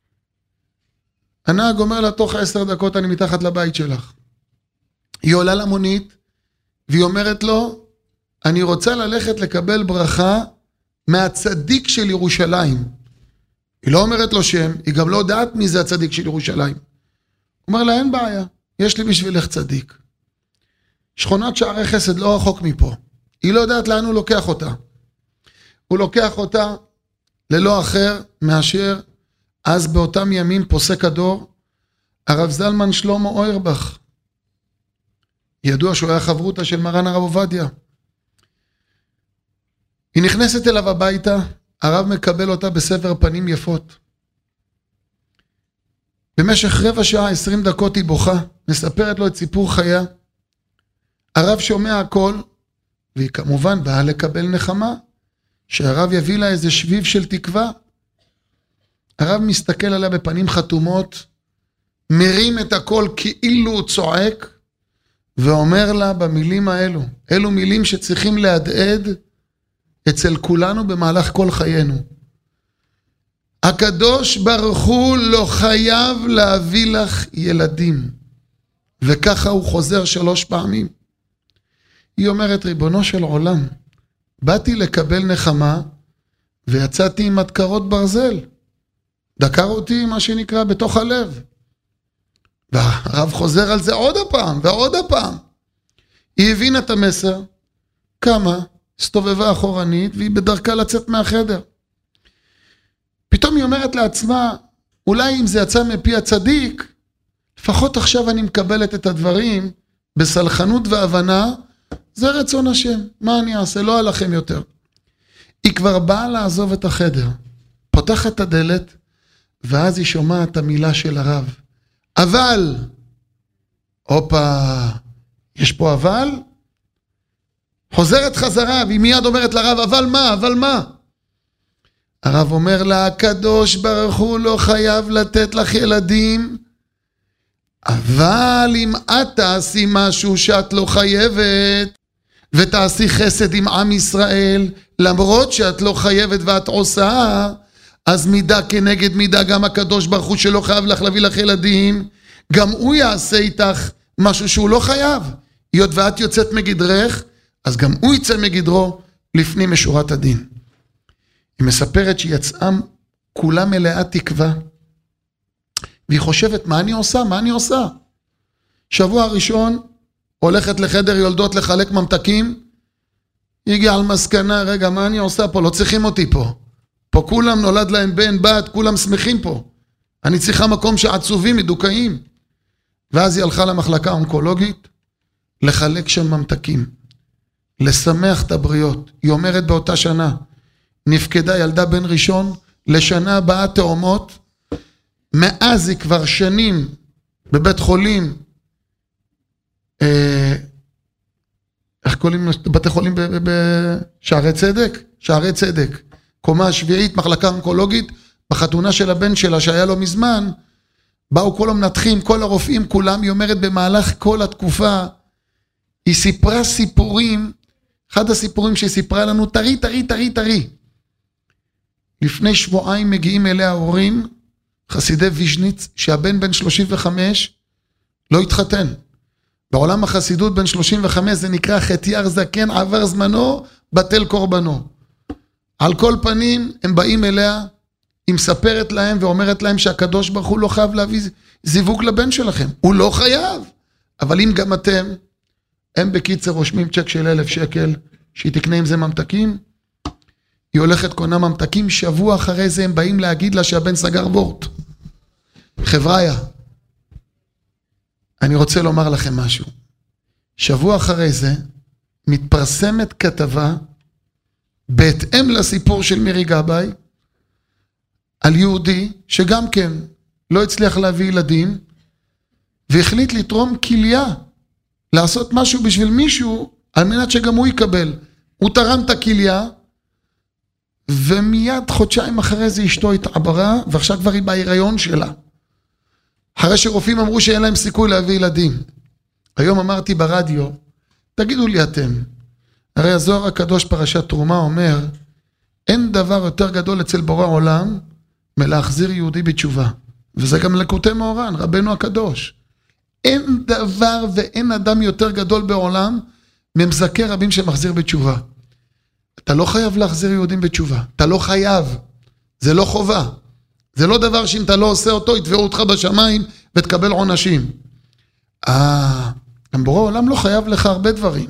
הנהג אומר לה, תוך 10 דקות אני מתחת לבית שלך. היא עולה למונית, והיא אומרת לו, אני רוצה ללכת לקבל ברכה מהצדיק של ירושלים. היא לא אומרת לו שם, היא גם לא יודעת מי זה הצדיק של ירושלים. הוא אומר לה, אין בעיה, יש לי בשבילך צדיק. שכונת שערי חסד לא רחוק מפה. היא לא יודעת לאן הוא לוקח אותה. הוא לוקח אותה ללא אחר מאשר אז באותם ימים פוסק הדור, הרב זלמן שלמה אוירבך. ידוע שהוא היה חברותה של מרן הרב עובדיה. היא נכנסת אליו הביתה, הרב מקבל אותה בסבר פנים יפות. במשך 15 שעה, 20 דקות היא בוכה, מספרת לו את סיפור חייה. הרב שומע הכל, והיא כמובן באה לקבל נחמה, שהרב יביא לה איזה שביב של תקווה. הרב מסתכל עליה בפנים חתומות, מרים את הכל כאילו הוא צועק, ואומר לה במילים האלו, אלו מילים שצריכים להדהד אצל כולנו במהלך כל חיינו. הקדוש ברוך הוא לא חייב להביא לך ילדים. וככה הוא חוזר 3 פעמים. היא אומרת, ריבונו של עולם, באתי לקבל נחמה, ויצאתי עם מתקרות ברזל. דקר אותי מה שנקרא בתוך הלב. והרב חוזר על זה עוד הפעם ועוד הפעם. היא הבינה את המסר, כמה, הסתובבה אחורנית, והיא בדרכה לצאת מהחדר. פתאום היא אומרת לעצמה, אולי אם זה יצא מפי הצדיק, לפחות עכשיו אני מקבלת את הדברים, בסלחנות והבנה, זה רצון השם, מה אני אעשה? לא עליכם יותר. היא כבר באה לעזוב את החדר, פותחת את הדלת, ואז היא שומעת את המילה של הרב. אבל, אופה, יש פה אבל? חוזרת חזרה, והיא מיד אומרת לרב, אבל מה? אבל מה? הרב אומר לה, הקדוש ברוך הוא לא חייב לתת לך ילדים, אבל אם את תעשי משהו שאת לא חייבת, ותעשי חסד עם עם ישראל, למרות שאת לא חייבת ואת עושה, אז מידה כנגד מידה, גם הקדוש ברוך הוא שלא חייב לך להביא לך ילדים, גם הוא יעשה איתך משהו שהוא לא חייב. היות ואת יוצאת מגדרך, אז גם הוא יצא מגדרו לפנים משורת הדין. היא מספרת שהיא יצאה כולה מלאה תקווה, והיא חושבת, מה אני עושה? מה אני עושה? שבוע הראשון, הולכת לחדר יולדות לחלק ממתקים, היא הגיעה על מסקנה, רגע, מה אני עושה פה? לא צריכים אותי פה. פה כולם נולד להם בן, בת, כולם שמחים פה. אני צריכה מקום שעצובים, מדוכאים. ואז היא הלכה למחלקה האונקולוגית, לחלק שם ממתקים, לשמח את הבריות. היא אומרת באותה שנה, נפקדה ילדה בן ראשון, לשנה הבאה תאומות, מאז היא כבר שנים בבית חולים, איך קוראים בתי חולים בשערי צדק? שערי צדק. קומה שביעית, מחלקה אונקולוגית, בחתונה של הבן שלה שהיה לו מזמן, באו כל המנתחים, כל הרופאים, כולם, היא אומרת במהלך כל התקופה, היא סיפרה סיפורים, אחד הסיפורים שהיא סיפרה לנו, טרי. לפני שבועיים מגיעים אליה ההורים, חסידי ויז'ניץ, שהבן בן 35 לא התחתן. בעולם החסידות בן 35 זה נקרא חתיאר זקן, עבר זמנו, בטל קורבנו. על כל פנים הם באים אליה, היא מספרת להם ואומרת להם שהקדוש ברוך הוא לא חייב להביא זיווג לבן שלכם. הוא לא חייב. אבל אם גם אתם, הם בקיצר רושמים צ'ק של 1,000 שקל, שהיא תקנה עם זה ממתקים, היא הולכת קונה ממתקים, שבוע אחרי זה הם באים להגיד לה שהבן סגר וורט. חבריה, אני רוצה לומר לכם משהו. שבוע אחרי זה מתפרסמת כתבה בהתאם לסיפור של מירי גבאי על יהודי שגם כן לא הצליח להביא ילדים והחליט לתרום כליה, לעשות משהו בשביל מישהו על מנת שגם הוא יקבל. הוא תרם את הכליה ומיד חודשיים אחרי זה אשתו התעברה ועכשיו כבר היא בהיריון שלה. אחרי שרופאים אמרו שאין להם סיכוי להביא ילדים. היום אמרתי ברדיו, תגידו לי אתם, הרי הזוהר הקדוש פרשת תרומה אומר, אין דבר יותר גדול אצל בורא עולם מלהחזיר יהודי בתשובה. וזה גם לקוטי מאורן, רבנו הקדוש. אין דבר ואין אדם יותר גדול בעולם ממזכה רבים שמחזיר בתשובה. אתה לא חייב להחזיר יהודים בתשובה. אתה לא חייב. זה לא חובה. זה לא דבר שאם אתה לא עושה אותו, יתבעו אותך בשמיים ותקבל עונשים. גם בורא עולם לא חייב לך הרבה דברים.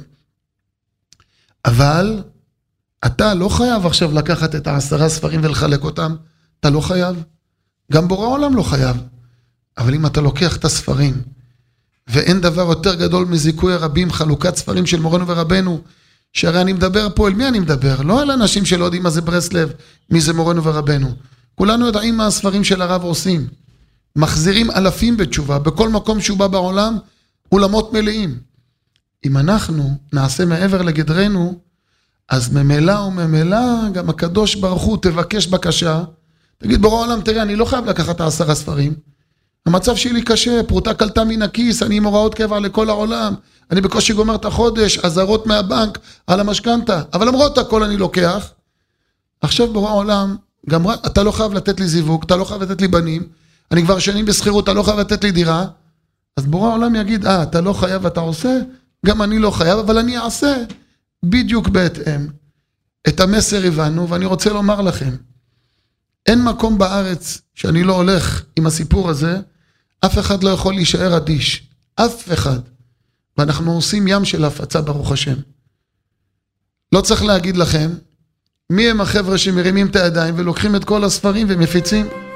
אבל אתה לא חייב עכשיו לקחת את 10 ספרים ולחלק אותם. אתה לא חייב. גם בורא עולם לא חייב. אבל אם אתה לוקח את הספרים, ואין דבר יותר גדול מזיכוי הרבים, חלוקת ספרים של מורנו ורבנו, שהרי אני מדבר פה, אל מי אני מדבר? לא על אנשים שלא יודעים מה זה ברסלב, מי זה מורנו ורבנו. כולנו יודעים מה הספרים של הרב עושים. מחזירים אלפים בתשובה, בכל מקום שהוא בא בעולם, אולמות מלאים. אם אנחנו נעשה מעבר לגדרנו, אז ממילא וממילא, גם הקדוש ברוך הוא תבקש בקשה, תגיד בורא עולם, תראה, אני לא חייב לקחת 10 ספרים, המצב שלי קשה, פרוטה קלטה מן הכיס, אני עם הוראות קבע לכל העולם, אני בקושי גומר את החודש, עזרות מהבנק על המשכנתה, אבל למרות הכל אני לוקח. עכשיו בורא עולם, גם אתה לא חייב לתת לי זיווג, אתה לא חייב לתת לי בנים, אני כבר שנים בסחירות, אתה לא חייב לתת לי דירה, אז בורא עולם יגיד, אתה לא חייב, אתה עושה, גם אני לא חייב, אבל אני אעשה בדיוק בהתאם. את המסר הבנו, ואני רוצה לומר לכם, אין מקום בארץ שאני לא הולך עם הסיפור הזה, אף אחד לא יכול להישאר אדיש, אף אחד. ואנחנו עושים ים של הפצה ברוך השם. לא צריך להגיד לכם, מי הם החבר'ה שמרימים את הידיים ולוקחים את כל הספרים ומפיצים?